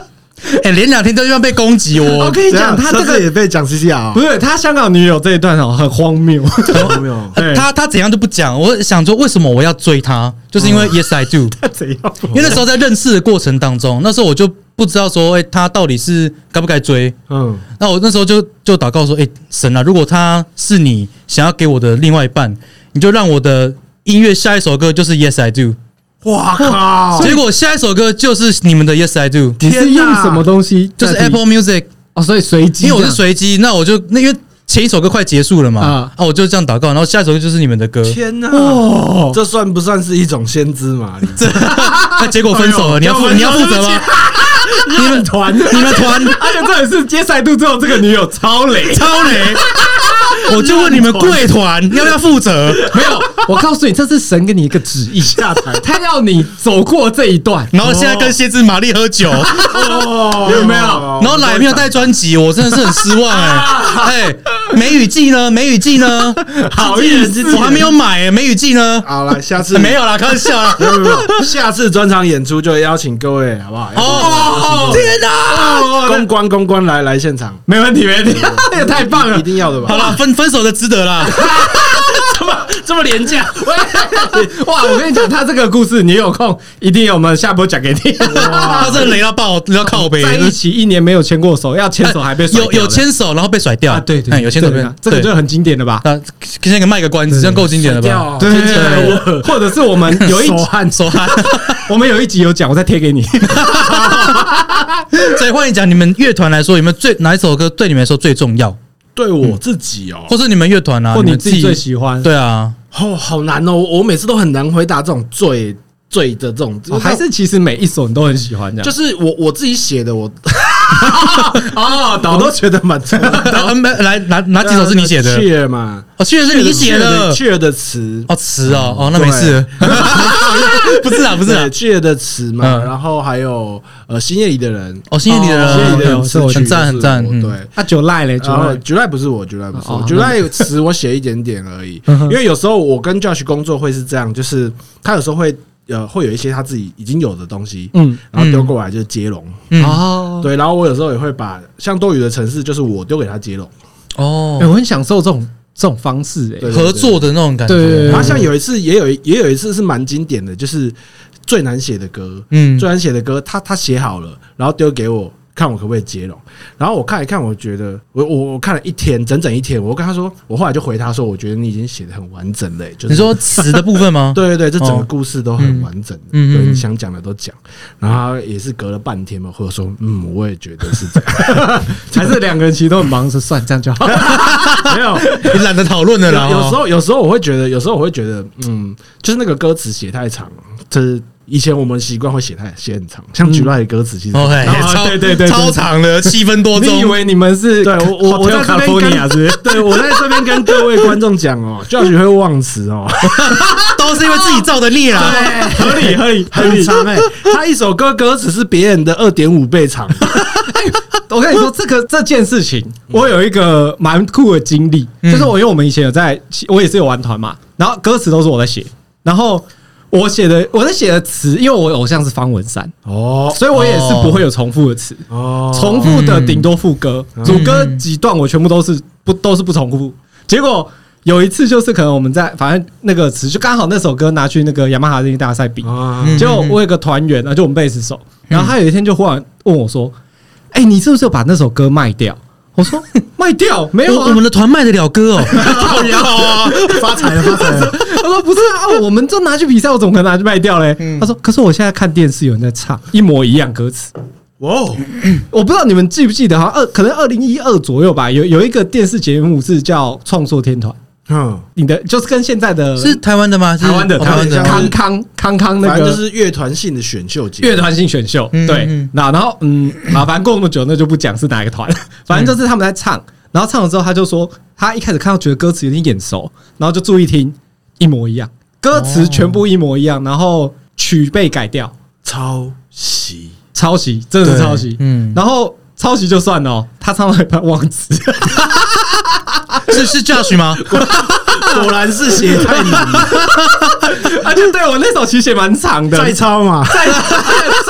连2天都要被攻击我跟你讲，他这个也被讲 CCR， 不是他香港女友这一段很荒谬， 很荒谬。 他怎样都不讲，我想说为什么我要追他，就是因为 Yes I Do。 他怎样？ 因为那时候在认识的过程当中，那时候我就不知道说，他到底是该不该追。那我那时候就祷告说，神啊，如果他是你想要给我的另外一半，你就让我的音乐下一首歌就是 Yes I Do。 哇靠！ 结果下一首歌就是你们的 Yes I Do。 你是用什么东西？ 就是 Apple Music 所以随机。 因为我是随机，那我就因为前一首歌快结束了嘛，我就这样祷告，然后下一首歌就是你们的歌。 天哪！这算不算是一种先知嘛？ 那结果分手了，你要负责吗？ 你们团，而且这也是Yes I Do之后，这个女友超雷。 我就问你们贵团要不要负责？ 没有，我告诉你，这是神给你一个旨意下台，他要你走过这一段， 然后现在跟先知玛丽喝酒， 有没有？ 然后来没有带专辑，我真的是很失望梅雨季呢？ 好意思， 我还没有买梅雨季呢。 好了，下次没有啦，开玩笑啦。 没有，下次专场演出就邀请各位，好不好？ 天哪！ 公关来现场， 没问题，这个太棒了， 一定要的吧？ 好了，分手的值得啦。 这么廉价哇！我跟你讲，他这个故事你有空一定我们下播讲给你。 他这个雷到爆，要靠背。 在一起1年没有牵过手，要牵手还被甩掉。 有牵手然后被甩掉。 对， 有牵手这个就很经典了吧？ 先给卖个关子，这样够经典了吧？ 对，或者是我们有一手汗， 我们有一集有讲，我再贴给你。 所以换你讲，你们乐团来说，有没有哪一首歌对你们来说最重要？ 对我自己或是你们乐团啊， 或你自己最喜欢？ 对啊， 好难哦！我每次都很难回答这种最的这种， 还是其实每一首你都很喜欢这样。 就是我自己写的，我都觉得蛮重要的。 来哪几首是你写的 ？Cheer 嘛 ，Cheer 是你写的 ，Cheer 的词词那没事，不是啊 ，Cheer 的词嘛，然后还有星夜里的人， 星夜里的人很赞， 对。 July 嘞 ，July 不是我，July 词我写一点点而已，因为有时候我跟 Josh 工作会是这样，就是他有时候会有一些他自己已经有的东西，然后丢过来就是接龙，对，然后我有时候也会把像多余的程式，就是我丢给他接龙， 我很享受这种方式， 合作的那种感觉。 对， 然后像有一次也有一次是蛮经典的，就是最难写的歌，最难写的歌，他写好了，然后丢给我。看我可不可以接龙，然后我看一看，我觉得我看了整整一天，我跟他说，我后来就回他说，我觉得你已经写得很完整了，就是你说词的部分吗？ 对，这整个故事都很完整的，对，你想讲的都讲，然后他也是隔了半天嘛，或者说我也觉得是这样， 还是2个人其实都很忙，是算这样就好， 没有， 你懒得讨论了啦。 有时候我会觉得，就是那个歌词写太长了，就是以前我们习惯会写很长，像July的歌词其实对超长的7分多钟。 你以为你们是对我在这边对我在这边跟各位观众讲Josh 会忘词都是因为自己造的孽啦。 合理很长他一首歌词是别人的2.5倍长。 我跟你说，这件事情，我有一个蛮酷的经历，就是因为我们以前我也是有玩团嘛，然后歌词都是我在写，然后。我在写的词，因为我偶像是方文山所以我也是不会有重复的词重复的顶多副歌，主歌几段我全部都是不重复。结果有一次就是可能我们反正那个词就刚好那首歌拿去那个雅马哈大赛比，结果我有个团员就我们贝斯手，然后他有一天就忽然问我说：“你是不是有把那首歌卖掉？”我说卖掉没有我们的团卖得了歌发财了。 他说不是我们就拿去比赛，我怎么可能拿去卖掉嘞？他说可是我现在看电视有人在唱一模一样歌词。我不知道你们记不记得，好像可能2012左右吧，有一个电视节目是叫《创作天团》。你的就是跟现在的是台湾的吗？ 台湾的康那个就是乐团性的选秀节目， 乐团性选秀对。然后反正过那么久，那就不讲是哪一个团，反正就是他们在唱，然后唱了之后，他就说他一开始看到觉得歌词有点眼熟，然后就注意听，一模一样，歌词全部一模一样，然后曲被改掉， 抄袭， 真的是抄袭。然后抄袭就算了他唱到一半忘词。 是 Josh 吗？ 果然是写太难了。 对我那首其实写蛮长的， 再抄嘛， 再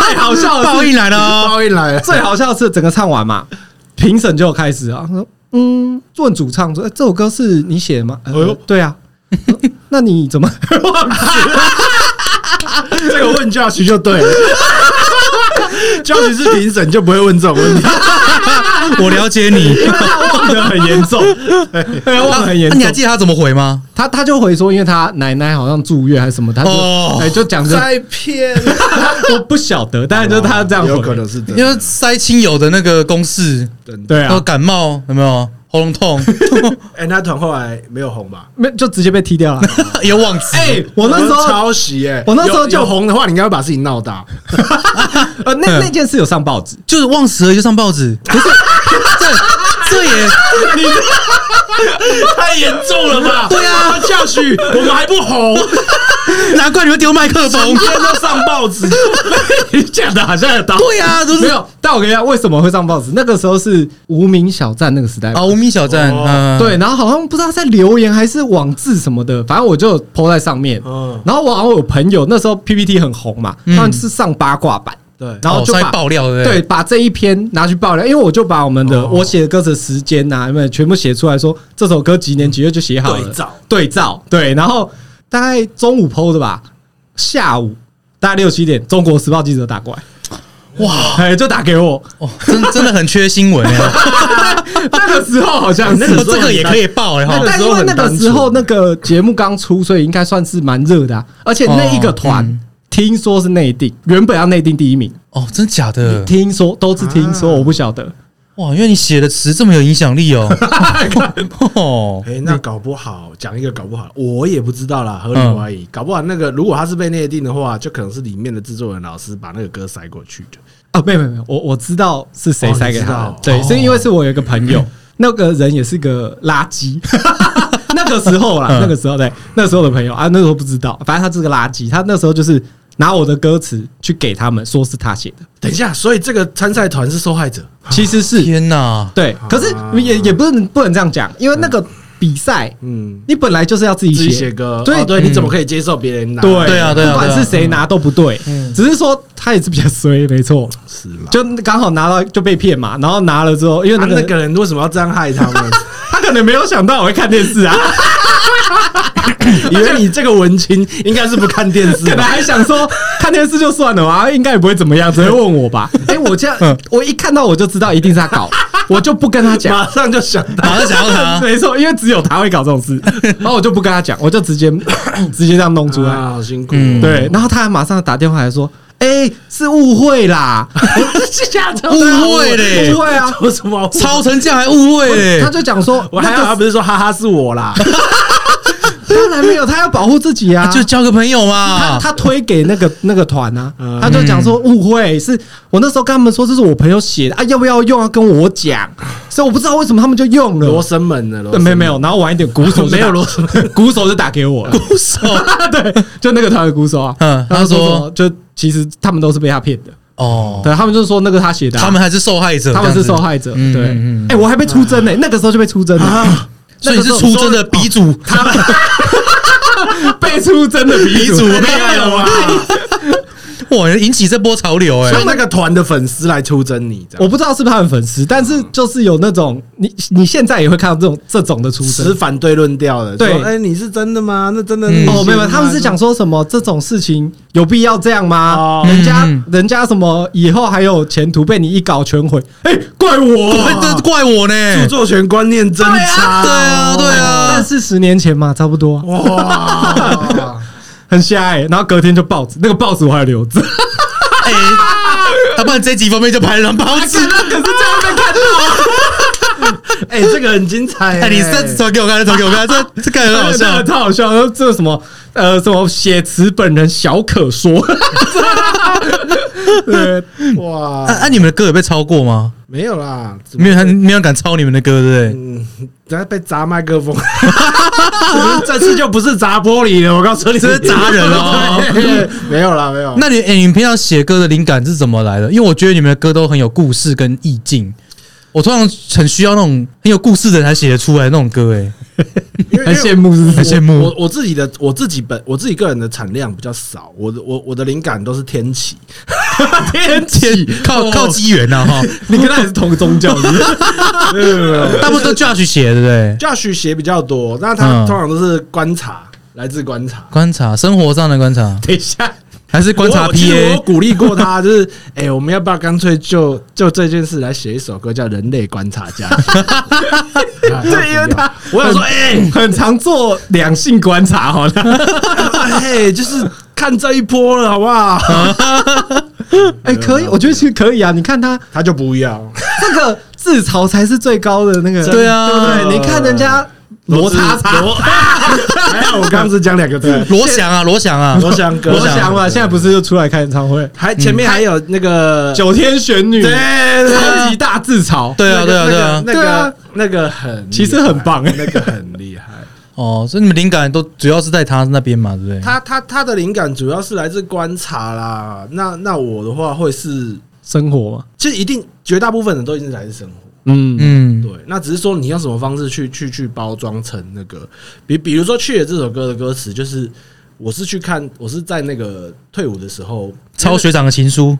最好笑的报应来了， 报应来了。 最好笑的是整个唱完嘛，评审就开始啊，说问主唱说：“这首歌是你写的吗？”对啊。那你怎么忘记了？ 这个问教学就对了。教学是评审就不会问这种问题。 我了解你， 忘得很严重，忘得很严重。 你还记得他怎么回吗？ 他就回说，因为他奶奶好像住院还是什么，他就讲着在骗， 我不晓得，但是就是他这样回， 有可能是因为塞亲友的那个公式， 对啊， 感冒有没有？喉咙痛， 那团后来没有红吧？ 没，就直接被踢掉了， 也忘词。 我那时候抄袭我那时候就红的话，你应该会把事情闹大。 那件事有上报纸， 就是忘词了就上报纸，不是这也你太严重了吧？ 对啊， 教许我们还不红， 难怪你会丢麦克风， 今天都上报纸， 你讲的好像有道理。 对啊， 没有。但我跟你讲，为什么会上报纸？那个时候是无名小站那个时代啊，无名小站， 对，然后好像不知道在留言还是网志什么的，反正我就 po 在上面。然后我好像有朋友那时候 PPT 很红嘛，他们是上八卦版。 对， 然后就把爆料， 对，把这一篇拿去爆料，因为我就把我们的我写的歌词的时间呐，有没有全部写出来说这首歌几年几月就写好了，对照，对，然后大概中午 po 的吧，下午大概6、7点，中国时报记者打过来，哇，就打给我， 真的很缺新闻哎， 那个时候好像是这个也可以爆哎， 但因为那个时候那个节目刚出，所以应该算是蛮热的，而且那一个团。听说是内定，原本要内定第1名哦，真假的？ 听说都是听说，我不晓得。 哇，因为你写的词这么有影响力哦。 那搞不好讲一个搞不好，我也不知道啦，合理怀疑。搞不好那个如果他是被内定的话，就可能是里面的制作人老师把那个歌塞过去的。 哦，没有，我知道是谁塞给他的。对，是因为是我有一个朋友，那个人也是个垃圾。那个时候啦，那个时候对，那时候的朋友啊，那时候不知道，反正他是个垃圾。他那时候就是拿我的歌词去给他们，说是他写的。 等一下，所以这个参赛团是受害者， 其实是天哪， 对，可是也不能这样讲，因为那个比赛，你本来就是要自己写歌， 对， 你怎么可以接受别人拿？ 对啊，不管是谁拿都不对，只是说他也是比较衰，没错， 是啦， 就刚好拿到就被骗嘛，然后拿了之后，因为那个人为什么要这样害他们？ 他可能没有想到我会看电视啊。 以为你这个文青应该是不看电视， 可能还想说看电视就算了嘛，应该也不会怎么样，只会问我吧。我这样，我一看到我就知道一定是他搞，我就不跟他讲， 马上就想到他， 没错，因为只有他会搞这种事，然后我就不跟他讲，我就直接这样弄出来， 好辛苦。 对，然后他还马上打电话来说。是误会啦， 误会嘞， 误会啊， 有什么抄成这样还误会嘞？ 他就讲说， 我还好，他不是说哈哈是我啦。 当然没有，他要保护自己啊， 就交个朋友嘛。 他推给那个团啊，他就讲说误会，是我那时候跟他们说这是我朋友写的啊，要不要用要跟我讲，所以我不知道为什么他们就用了。 罗生门的， 没有，然后晚一点鼓手没有罗生门， 鼓手就打给我了， 鼓手对，就那个团的鼓手啊，他说就其实他们都是被他骗的。哦，对，他们就是说那个他写的， 他们还是受害者， 他们是受害者。对，我还被出征呢，那个时候就被出征了， 所以你是出征的鼻祖， 他被出征的鼻祖， 没有啊。 哇，引起这波潮流所以那个团的粉丝来出征你， 我不知道是不是他们粉丝，但是就是有那种你现在也会看到这种的出征， 持反对论调的， 对， 你是真的吗？那真的没有，他们是讲说什么这种事情有必要这样吗？人家什么以后还有前途，被你一搞全毁，怪我， 这怪我呢， 著作权观念真差， 对啊， 但是10年前嘛，差不多，哇。很瞎然后隔天就报纸，那个报纸我还留着。 要不然这集封面就拍了张报纸， 可是这样被看到。这个很精彩。 你这传给我看，这个很好笑， 太好笑了。这什么什么写词本人小可说。 对，哇！ 你们的歌有被抄过吗？ 没有啦， 没有人敢抄你们的歌，对不对？ 等下被砸麦克风，这次就不是砸玻璃了。我告诉你， 这是砸人哦。 没有啦，没有。 那你们平常写歌的灵感是怎么来的？因为我觉得你们的歌都很有故事跟意境。我通常很需要那种很有故事的人才写得出来那种歌， 很羡慕，很羡慕。 我自己个人的产量比较少，我的灵感都是天启。 天启靠机缘呐哈， 你跟他也是同个宗教的， 大部分都 Josh 写对不对 ？Josh 写比较多，那他通常都是观察，来自观察生活上的观察。 等一下。 还是观察 PA， 我鼓励过他，就是我们要不要干脆就这件事来写一首歌，叫《人类观察家》？ 对，因为我想说， 很常做两性观察，好了， 就是看这一波了，好不好？ 可以，我觉得其实可以啊。你看他就不要这个自嘲才是最高的那个， 对啊， 对不对？你看人家。罗叉叉， 还好我刚刚是讲2个字， 罗翔嘛，现在不是就出来开演唱会， 还前面还有那个九天玄女， 对， 超级大自嘲， 对啊，那个很， 其实很棒， 那个很厉害。 哦，所以你们灵感都主要是在他那边嘛，对不对？ 他的灵感主要是来自观察啦。那我的话会是生活嘛， 其实一定绝大部分人都一定是来自生活。对，那只是说你用什么方式去包装成那个，比如说去野这首歌的歌词，就是我是在那个退伍的时候抄学长的情书，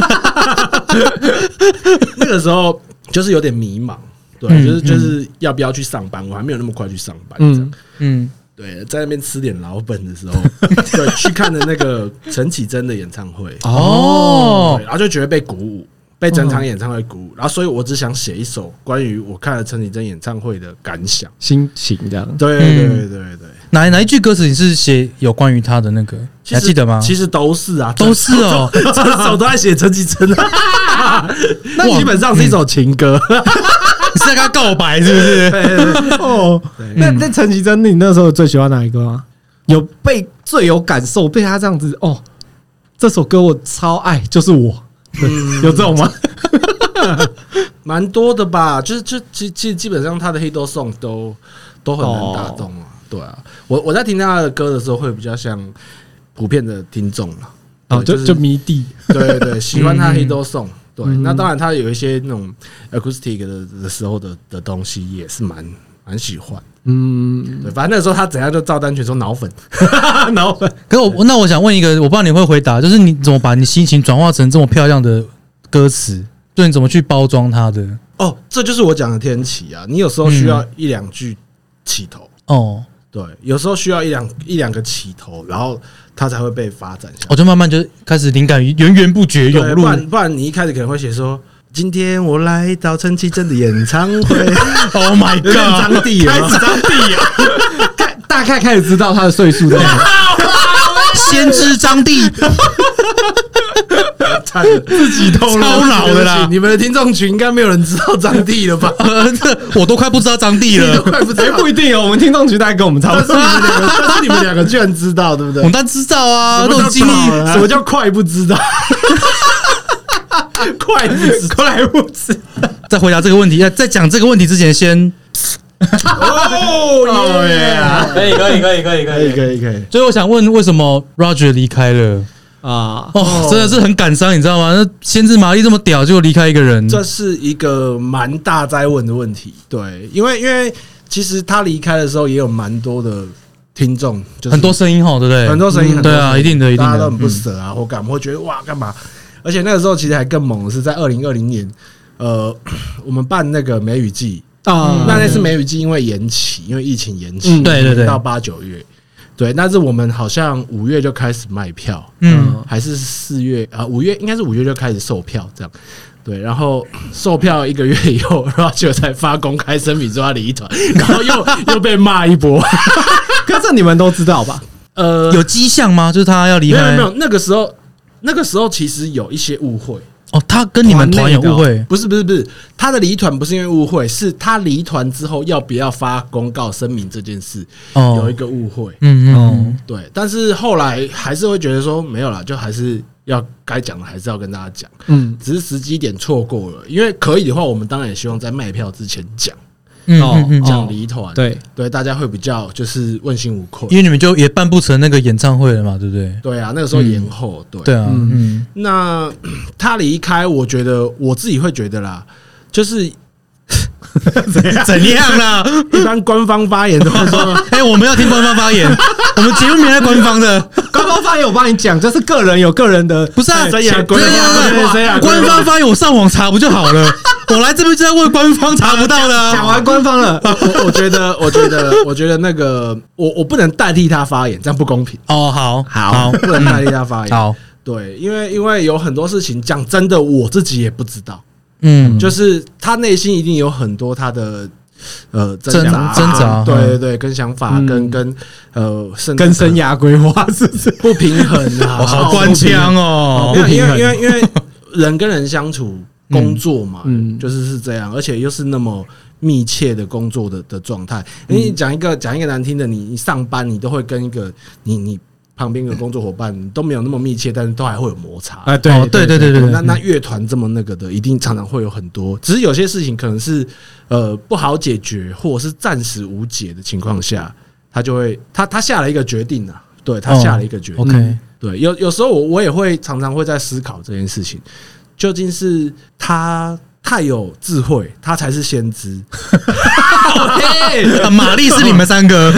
那个时候就是有点迷茫，对，就是要不要去上班，我还没有那么快去上班，对，在那边吃点老本的时候，对，去看的那个陈绮贞的演唱会，然后就觉得被鼓舞。被整场演唱会鼓舞，然后所以我只想写一首关于我看了陈绮贞演唱会的感想、 心情这样。 对， 哪一句歌词你是写有关于他的那个？还记得吗？ 其实都是啊， 都是哦， 这首都在写陈绮贞啊。那基本上是一首情歌， 你是在跟他告白是不是？ 对，那陈绮贞，你那时候最喜欢哪一个吗？有被最有感受，被他这样子这首歌我超爱，就是我。有这种吗？ 蛮多的吧，就是基本上他的 hit song 都很难打动啊。对啊，我在听他的歌的时候，会比较像普遍的听众了。 就迷弟， 对，喜欢他 hit song。对，那当然他有一些那种 acoustic 的时候的东西，也是蛮喜欢。对，反正那时候他怎样就照单全收脑粉。 可是我想问一个，我不知道你会回答，就是你怎么把你心情转化成这么漂亮的歌词？就你怎么去包装它的？ 这就是我讲的天启啊！你有时候需要1-2句起头。对，有时候需要一两个起头，然后它才会被发展下来。 我就慢慢就开始灵感源源不绝涌入。 不然你一开始可能会写说。今天我来到陈绮贞的演唱会。 Oh my god！ 张帝开始张帝啊，大概开始知道他的岁数在哪。 先知张帝， 自己透露超老的啦！ 你们的听众群应该没有人知道张帝了吧？ 我都快不知道张帝了， 不一定哦。我们听众群大概跟我们差不多。 但是你们2个居然知道，对不对？ 我们当然知道啊，那种经历。 什么叫快不知道？快不知道。 在回答这个问题，在讲这个问题之前，先可以。 所以我想问，为什么 Roger 离开了啊？真的是很感伤，你知道吗？那先知玛丽这么屌，就离开一个人， 这是一个蛮大哉问的问题。对，因为其实他离开的时候，也有蛮多的听众，很多声音对不对？ 很多声音， 对啊，一定的， 大家都很不舍啊，或干嘛，会觉得哇，干嘛？而且那个时候其实还更猛的是，在2020年，我们办那个梅雨季那次梅雨季因为延期，因为疫情延期， 对， 到8、9月，对，但是我们好像5月就开始卖票，还是4月5月应该是5月就开始售票这样，对，然后售票1个月以后，然后就才发公开声明说他离团，然后又被骂一波， 可是你们都知道吧？ 有迹象吗？就是他要离开？ 没有，那个时候其实有一些误会。 他跟你们团有误会？ 不是，他的离团不是因为误会，是他离团之后要不要发公告声明这件事有一个误会。对，但是后来还是会觉得说没有啦，就还是要该讲的还是要跟大家讲。只是时机点错过了，因为可以的话，我们当然也希望在卖票之前讲。讲离团，对，大家会比较就是问心无愧， 因为你们就也办不成那个演唱会了嘛，对不对？ 对啊，那个时候延后， 对啊， 那他离开，我觉得我自己会觉得啦，就是怎样啦？ 一般官方发言都会说， 我们要听官方发言，我们节目没在官方的。 官方发言我帮你讲，就是个人有个人的， 不是啊？ 谁呀？ 官方发言我上网查不就好了？我来这边就在问官方查不到的。 讲完官方了， 我觉得那个我不能代替他发言，这样不公平。 好， 不能代替他发言。 好， 对，因为有很多事情讲真的，我自己也不知道。就是他内心一定有很多他的挣扎，对，跟想法，跟生涯规划是不是不平衡啊？ 好官腔哦！ 因为人跟人相处。工作嘛，就是这样，而且又是那么密切的工作的状态。你讲一个难听的，你上班你都会跟一个你旁边的工作伙伴都没有那么密切，但是都还会有摩擦。 对。 那乐团这么那个的，一定常常会有很多，只是有些事情可能是不好解决，或者是暂时无解的情况下，他就会他下了一个决定啊，对他下了一个决定。 OK， 对，有时候我也会常常会在思考这件事情。究竟是他太有智慧，他才是先知， 玛丽是你们三个，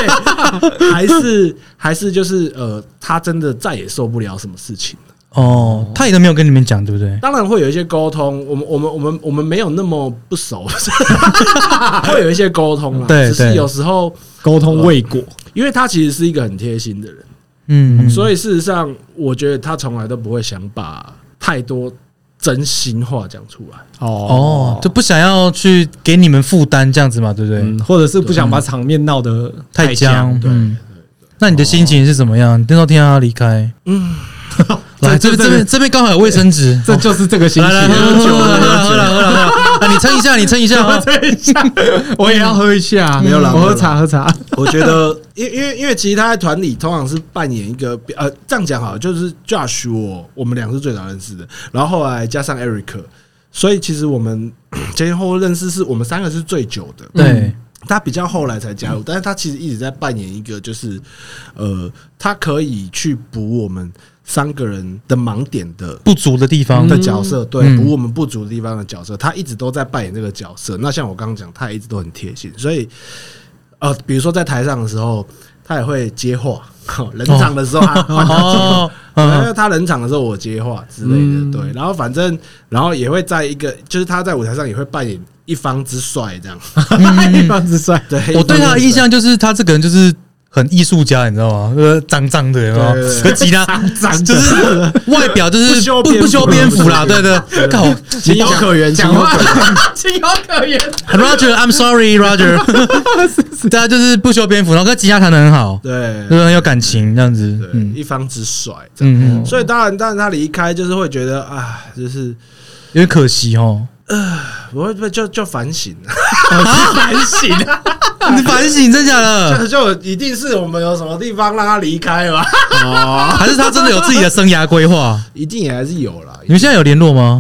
还是就是他真的再也受不了什么事情了？他也都没有跟你们讲，对不对？ 当然会有一些沟通，我们没有那么不熟，会有一些沟通啦。只是有时候沟通未果， 因为他其实是一个很贴心的人，所以事实上，我觉得他从来都不会想把太多真心话讲出来， 就不想要去给你们负担这样子嘛，对不对？ 或者是不想把场面闹得太僵。 对。 那你的心情是怎么样？你听到他离开，来这边刚好有卫生纸， 这就是这个心情。 来，喝了，你撑一下，我撑一下，我也要喝一下。 没有啦， 我喝茶。 我觉得，因为其实他在团里通常是扮演一个这样讲好了，就是 Josh 我们俩是最早认识的，然后后来加上 Eric， 所以其实我们前后认识是我们三个是最久的。 对。 他比较后来才加入，但是他其实一直在扮演一个，就是他可以去补我们三个人的盲点的不足的地方的角色，对，补我们不足的地方的角色，他一直都在扮演这个角色。那像我刚刚讲，他也一直都很贴心，所以比如说在台上的时候，他也会接话，冷场的时候他换他接话，因为他冷场的时候我接话之类的，对，然后反正也会在一个，就是他在舞台上也会扮演一方之帅这样， 一方之帅。 对， 我对他的印象就是他这个人就是很艺术家，你知道吗？脏脏的，和吉他就是外表就是不修边幅啦，对，靠， 情有可原， 讲话情有可原。 Roger，I'm sorry Roger， 大家就是不修边幅，然后跟吉他弹得很好， 对， 很有感情这样子， 一方之帅，所以当然他离开就是会觉得啊，就是有点可惜哦。 我会就反省反省， 你反省真假的？ 就一定是我们有什么地方让他离开吧？ 还是他真的有自己的生涯规划？ 一定也还是有啦。 你们现在有联络吗？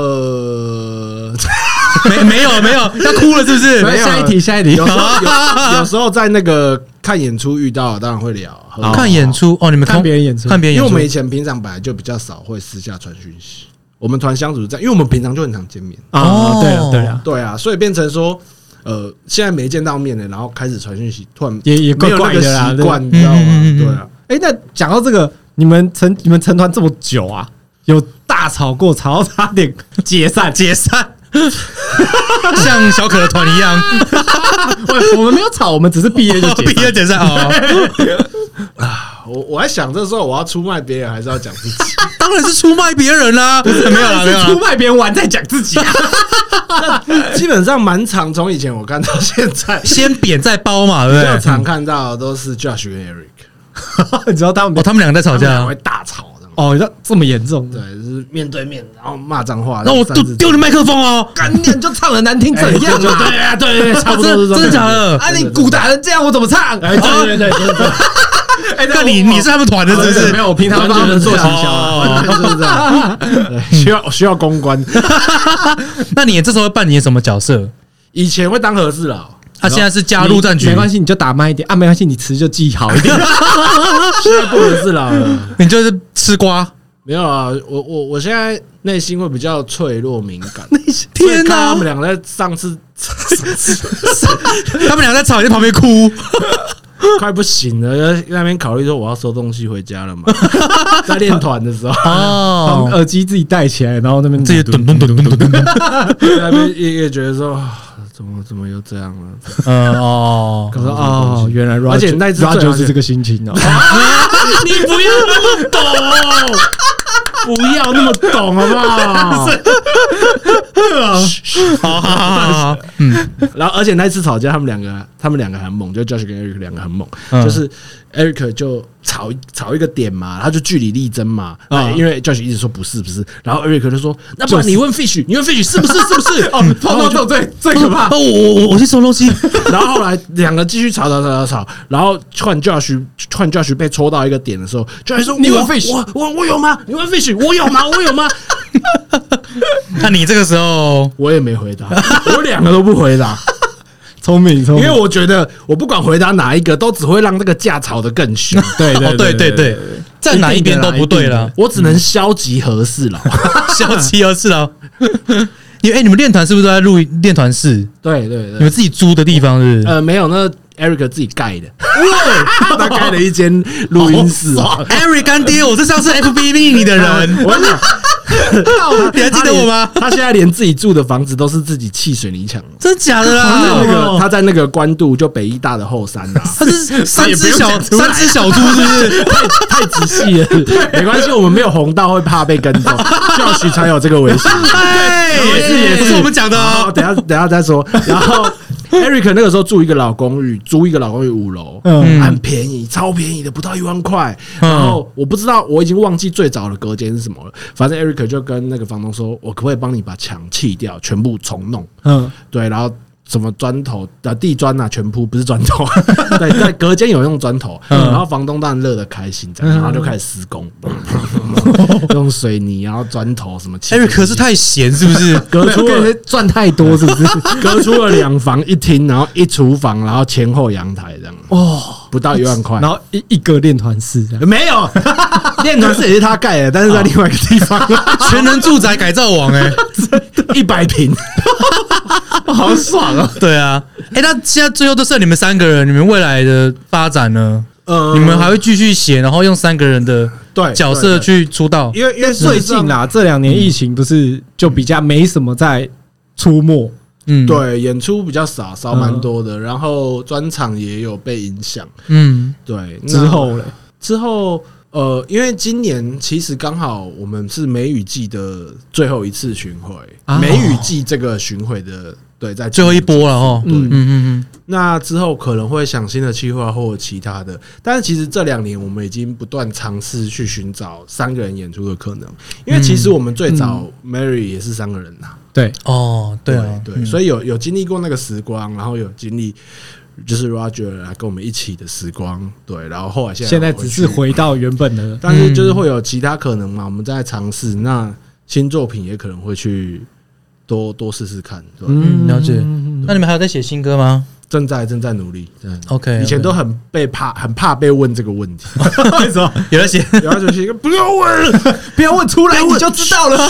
没有，要哭了是不是？ 下一题。 有时候在那个看演出遇到，当然会聊。 看演出哦，你们看别人演出， 因为我们以前平常本来就比较少会私下传讯息。我们团相处在，因为我们平常就很常见面对啊，所以变成说，现在没见到面了，然后开始传讯息，突然也没有那个习惯，你知道吗？对啊。 那讲到这个，你们成团这么久啊，有大吵过，吵到差点解散， 像小可的团一样。 我们没有吵，我们只是毕业就解散我在想，这时候我要出卖别人，还是要讲自己？ 当然是出卖别人啦，没有啦， 出卖别人完再讲自己。 基本上蛮常，从以前我看到现在， 先扁再包嘛，对不对？ 比较常看到的都是 Josh 跟 Eric， 你知道他们两个在吵架， 会大吵。 这么严重？ 对，就是面对面，然后骂脏话。 那我丢你麦克风哦， 干念就唱得难听怎样？ 对啊，对，差不多是真的假的？ 啊，你鼓打成这样，我怎么唱？ 对。 那你是他们团的，是不是？ 没有，我平常帮他们做行销， 就是这样。需要公关。 那你这时候扮演什么角色？ 以前会当和事佬。 他现在是加入战局， 没关系，你就打慢一点啊，没关系，你词就记好一点。 现在不合适了， 你就是吃瓜， 没有啊，我现在内心会比较脆弱敏感。 天哪！ 他们两个在上次他们俩在吵，你在旁边哭， 快不行了，在那边考虑说我要收东西回家了嘛。在练团的时候， 耳机自己戴起来，然后那边自己咚咚咚咚咚咚， 那边也觉得说。怎么又这样了？ 可是原来 Roger, 而且那次就是这个心情哦。 你不要那么懂，不要那么懂，好不好？ 好， 然后而且那次吵架，他们两个很猛，就 Josh 跟 Eric 两个很猛，就是 Eric 就吵一个点嘛，他就据理力争嘛，因为 Josh 一直说不是，然后 Eric 就说，那不然你问 Fish 是不是？哦，碰到最可怕。 我去收东西， 然后后来两个继续吵，然后换 Josh 被戳到一个点的时候 ，Josh 说：“你问 Fish， 我有吗？你问 Fish， 我有吗？” 那你这个时候我也没回答，我两个都不回答。 聪明， 因为我觉得我不管回答哪一个，都只会让这个架吵得更凶。 对，站哪一边都不对了。 我只能消极和事了， 消极和事了。因为你们练团是不是都在录练团室？ 对， 你们自己租的地方是不是？ 没有，那 Eric 自己盖的，他盖了一间录音室。 Eric 干爹，我是上次 FB 密你的人， 我跟你讲。 你还记得我吗？ 他现在连自己住的房子都是自己砌水泥墙， 真的假的啦？ 他在那个关渡，就北医大的后山啊。 他是三只小猪，是不是？ 太仔细了，没关系，我们没有红到会怕被跟踪，教许才有这个危险。 也是我们讲的哦。 等下再说。然后 Eric 那个时候租一个老公寓5楼，很便宜，超便宜的，不到1万块。然后我不知道，我已经忘记最早的隔间是什么了。反正 Eric 就跟那个房东说：“我可不可以帮你把墙砌掉，全部重弄？”对，然后什么砖头的地砖啊，全铺不是砖头，对，在隔间有用砖头。然后房东当然乐得开心，这样，然后就开始施工，用水泥，然后砖头什么。 Eric 是太闲是不是？ 隔出了赚太多是不是？ 隔出了2房1厅，然后1厨房，然后前后阳台这样。不到1万块， 然后一个练团室没有，练团室也是他盖的，但是在另外一个地方， 全能住宅改造网 100平， 好爽啊！ 对啊，那现在最后都剩你们3个人，你们未来的发展呢？你们还会继续写，然后用3个人的角色去出道？ 因为最近啦，这2年疫情不是就比较没什么在出没。 对，演出比较少蛮多的，然后专场也有被影响。对，之后因为今年其实刚好我们是梅雨季的最后一次巡回，梅雨季这个巡回的在最后一波了哦。 那之后可能会想新的企划或者其他的，但是其实这2年我们已经不断尝试去寻找3个人演出的可能，因为其实我们最早 Mary 也是3个人呐。 对， 对，所以有经历过那个时光，然后有经历就是 Roger 来跟我们一起的时光，对，然后后来现在只是回到原本的， 但是就是会有其他可能嘛，我们在尝试，那新作品也可能会去多试试看， 了解。那你们还有在写新歌吗？ 正在努力。 OK， 以前都很怕被问这个问题， 为什么？有人写， 然后就写一个不要问出来，你就知道了。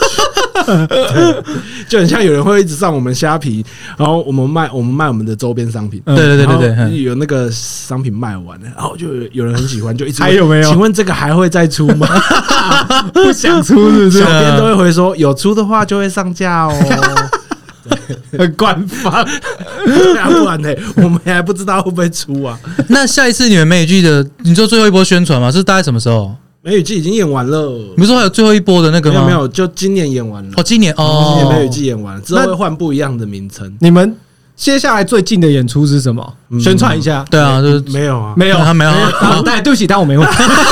就很像有人会一直上我们虾皮，然后我们卖我们的周边商品， 对， 有那个商品卖完了，然后就有人很喜欢，就一直还有没有？ 请问这个还会再出吗？ 不想出是不是？ 小编都会回说有出的话就会上架哦。 很官方， 不然呢？我们还不知道会不会出啊。 那下一次你们梅雨季的，你做最后一波宣传吗？是大概什么时候？ 梅雨季已经演完了。 你不是说还有最后一波的那个吗？ 没有，就今年演完了。 今年梅雨季演完了，之后会换不一样的名称。 你们接下来最近的演出是什么？宣传一下。 对啊，就是没有啊， 没有。 对不起，但我没问。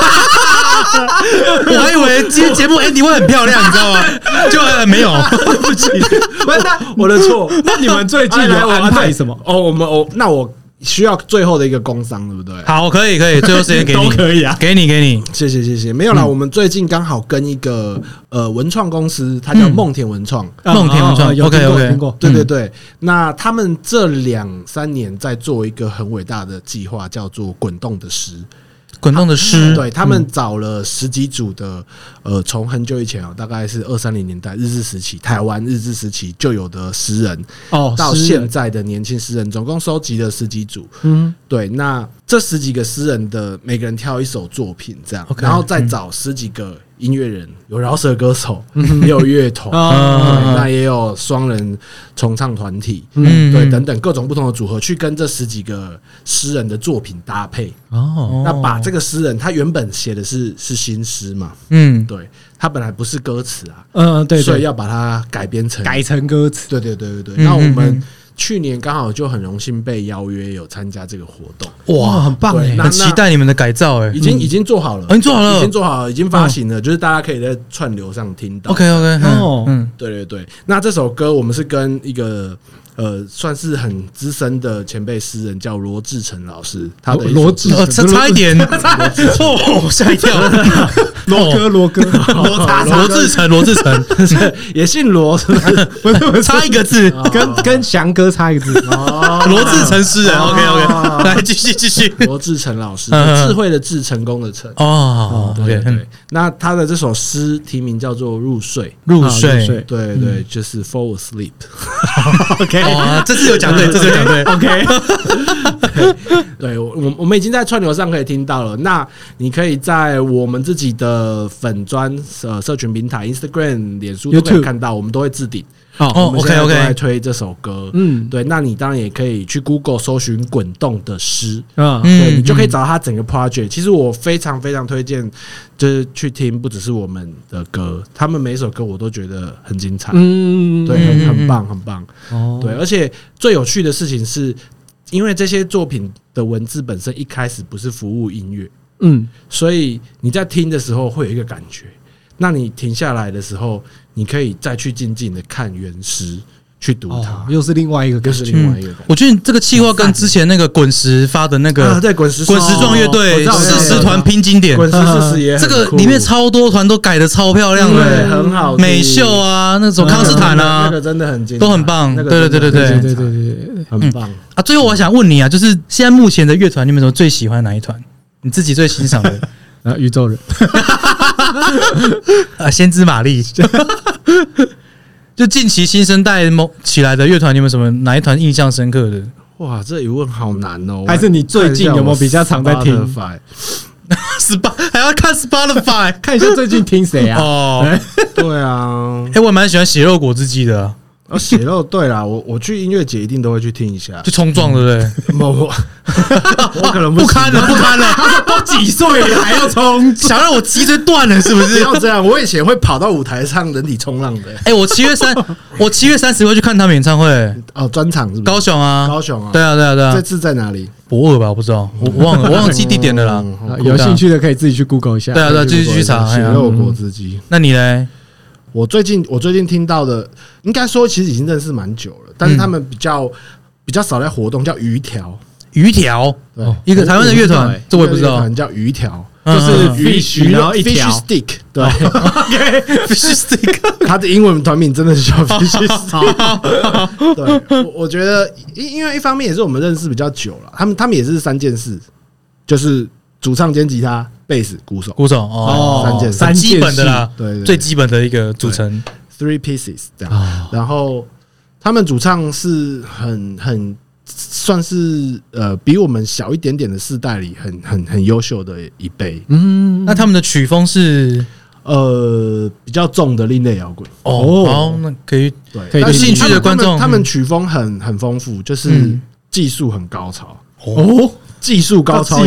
我还以为今天节目 ending 会很漂亮，你知道吗？就没有， 对不起，我的错。 那你们最近有安排什么？ 那我需要最后的一个工商，对不对？ 好，可以，最后时间给你， 都可以啊， 给你， 谢谢。没有啦，我们最近刚好跟一个文创公司，它叫梦田文创 ，OK， 听过， 对。那他们这2-3年在做一个很伟大的计划，叫做滚动的诗。 滚动的诗， 对他们找了10几组的，从很久以前大概是20-30年代日治时期，台湾日治时期就有的诗人，到现在的年轻诗人，总共收集了10几组。对，那这10几个诗人的每个人挑一首作品，这样，然后再找10几个音乐人，有饶舌歌手，也有乐团，那也有双人重唱团体，对，等等各种不同的组合，去跟这10几个诗人的作品搭配。那把这个诗人他原本写的是新诗嘛，对，他本来不是歌词啊，对，所以要把它改成歌词。对。那我们去年刚好就很荣幸被邀约有参加这个活动， 哇，很棒哎，很期待你们的改造哎， 已经做好了，已经做好了，已经发行了，就是大家可以在串流上听到。 OK， 对，那这首歌我们是跟一个算是很资深的前辈诗人叫罗志成老师，他的差一点，吓一跳， 罗志成也姓罗， 差一个字， 跟翔哥差一个字。 罗志成诗人 ，OK， 来继续， 罗志成老师，智慧的智，成功的成。对，那他的这首诗题名叫做入睡，对，就是 fall asleep。 OK。 这次有讲对 ，OK。 对，我们已经在串流上可以听到了。那你可以在我们自己的粉专社群平台 Instagram、脸书都可以看到，我们都会置顶。我们现在都在推这首歌。对，那你当然也可以去 Google 搜寻滚动的诗，对，你就可以找到它整个 project。其实我非常非常推荐，就是去听，不只是我们的歌，他们每一首歌我都觉得很精彩。对，很棒。对，而且最有趣的事情是，因为这些作品的文字本身一开始不是服务音乐，所以你在听的时候会有一个感觉。那你停下来的时候，你可以再去静静的看原诗，去读它， 又是另外一个感觉。 我觉得这个企划跟之前那个滚石发的那个对滚石壮乐队40团拼经典， 滚石40也这个里面超多团都改的超漂亮的， 很好， 美秀啊，那种康斯坦啊， 那个真的很精彩， 都很棒。对， 很棒啊！最后我想问你啊，就是现在目前的乐团，你们最喜欢哪一团？你自己最欣赏的？ 宇宙人先知玛丽。就近期新生代起来的乐团，你们哪一团印象深刻的？ 哇，这疑问好难哦！ 还是你最近有没有比较常在听还要看 Spotify 看一下最近听谁啊？ 对啊， 我蛮喜欢血肉果汁机的。 血肉对啦，我去音乐节一定都会去听一下， 就冲撞对不对？ 我可能不堪了， 都几岁了还要冲， 想让我脊椎断了是不是？ 要这样，我以前会跑到舞台上人体冲浪的。 我7月30会去看他们演唱会。 专场是不是？ 高雄啊，对啊。 这次在哪里？ 博尔吧，我不知道，我忘记地点了啦。 有兴趣的可以自己去 Google 一下。 对啊，继续去查血肉果汁机。 那你嘞？ 我最近听到的，应该说其实已经认识蛮久了，但是他们比较少在活动，叫鱼条， 对，一个台湾的乐团，这我也不知道， 叫鱼条， 就是 fish 然后一条 fish stick， 对 ，fish stick， 它的英文团名真的是叫 fish stick， 对，我觉得因为一方面也是我们认识比较久了，他们也是3件事，就是主唱兼吉他。贝斯、鼓手 3基本的啦，对，最基本的一个组成 ，3 pieces 这样。然后他们主唱是很算是比我们小一点点的世代里很优秀的一辈。 那他们的曲风是比较重的另类摇滚。 好，那可以对，有兴趣的观众， 他们曲风很丰富，就是技术很高潮。技术高超，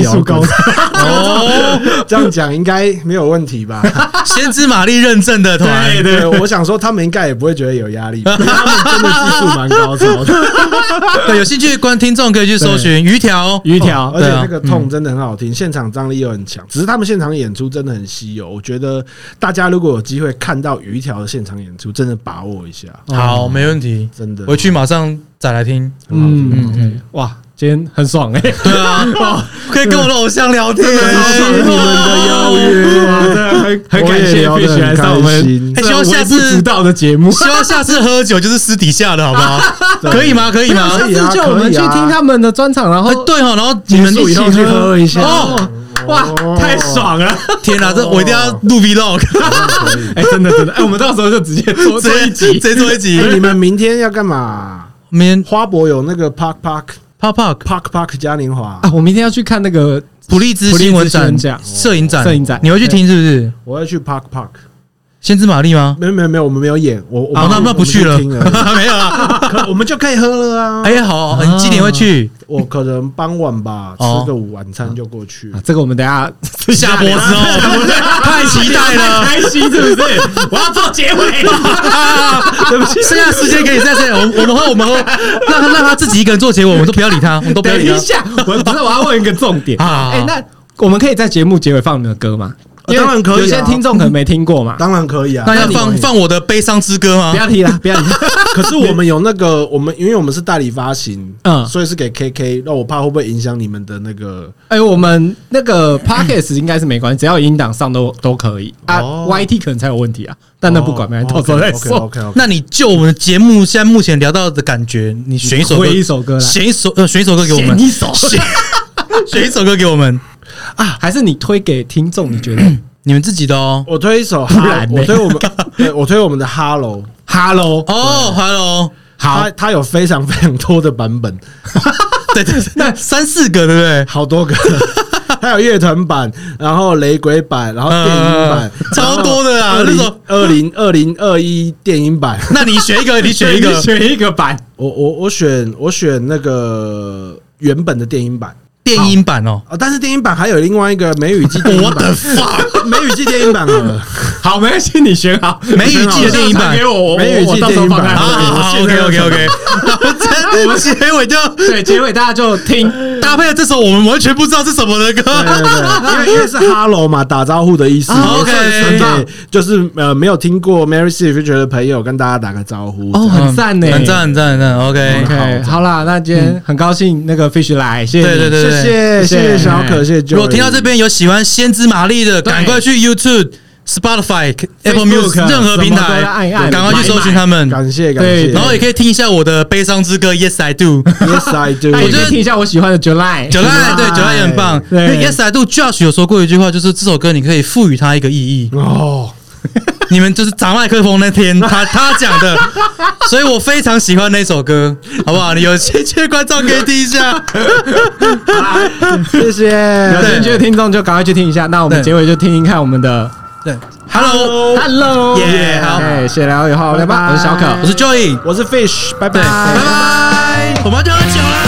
这样讲应该没有问题吧？ 先知玛丽认证的团， 对，我想说他们应该也不会觉得有压力，他们真的技术蛮高超的。 对，有兴趣的听众可以去搜寻鱼条， 而且那个痛真的很好听，现场张力又很强。只是他们现场演出真的很稀有，我觉得大家如果有机会看到鱼条的现场演出，真的把握一下。 好，没问题， 真的， 回去马上再来听。 哇！今天很爽对啊，可以跟我的偶像聊天， 你们的邀约， 很感谢Fish来上我们希望下次微不足道的节目， 希望下次喝酒就是私底下的好不好？可以吗？ 下次就我们去听他们的专场，然后然后你们一起去喝一下。 哇，太爽了！ 天哪，这我一定要录 vlog。 真的，我们到时候就直接做一集， 直接做一集。 你们明天要干嘛？ 明天花博有那个 Park 嘉年华啊，我明天要去看那个普利兹新闻展、摄影展，你会去听是不是？ 我要去 Park。 先知玛丽吗？ 没有，我们没有演。 那不去了，没有了，我们就可以喝了啊！ 哎呀，好，你几点会去？ 我可能傍晚吧，吃个晚餐就过去。 这个我们等下下播之后，太期待了， 开心是不是？我要做结尾， 对不起，剩下时间给你再说。我们喝，让他自己一个人做结尾，我们都不要理他，我们都不要理他。 等一下，我要问一个重点那我们可以在节目结尾放你的歌吗？ 当然可以， 有些听众可能没听过嘛， 当然可以啊。 那要放我的悲伤之歌吗？ 不要提了。 可是我们有那个，因为我们是代理发行，所以是给 KK。那我怕会不会影响你们的那个？ 我们那个 Podcast 应该是没关系，只要音档上都可以啊。YT 可能才有问题啊，但那不管，到时候再说。 OK。 那你就我们的节目现在目前聊到的感觉，你选一首歌，选一首歌给我们，选一首歌给我们还是你推给听众？你觉得你们自己的哦？ 我推一首，我推我们的 Hello。好，它有非常非常多的版本， 对，那3-4个，对不对？ 好多个，它有乐团版，然后雷鬼版，然后电音版， 超多的啊！那种 2021电音版， 那你选一个， 选一个版。 我选那个原本的电音版。 电音版但是电音版还有另外一个梅雨季电音版。 我的 fuck， 梅雨季电音版好，没关系，你选好梅雨季的电音版给我， 梅雨季电音版。 好 ，OK。我们结尾就结尾大家就听搭配了这首我们完全不知道是什么的歌， 因为是 Hello 嘛，打招呼的意思。 OK， 就是没有听过 Mary C. Fisher 的朋友跟大家打个招呼。 很赞呢， 很赞。 OK， 好啦，那今天很高兴那个 Fish 来，谢谢你， 谢谢小可，谢谢 Joey。 如果听到这边有喜欢先知玛丽的，赶快去 YouTube、Spotify、Apple Music 任何平台，赶快去搜寻他们。 感谢。 然后也可以听一下我的悲伤之歌 Yes I Do。 我觉得听一下我喜欢的 July， 对 July 也很棒。因为 Yes I Do，Josh 有说过一句话，就是这首歌你可以赋予它一个意义。你们就是砸麦克风那天他讲的，所以我非常喜欢那首歌，好不好？你有兴趣的观众可以听一下。 谢谢， 有兴趣的听众就赶快去听一下。那我们结尾就听听看我们的 Hello， 好，谢谢聊以后，来吧，我是小可， 我是 Joey， 我是 Fish， 拜拜， 我们就喝酒了。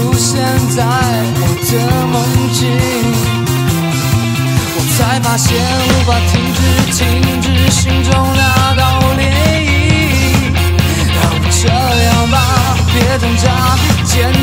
出现在我的梦境，我才发现无法停止心中那道涟漪。要不这样吧，别挣扎，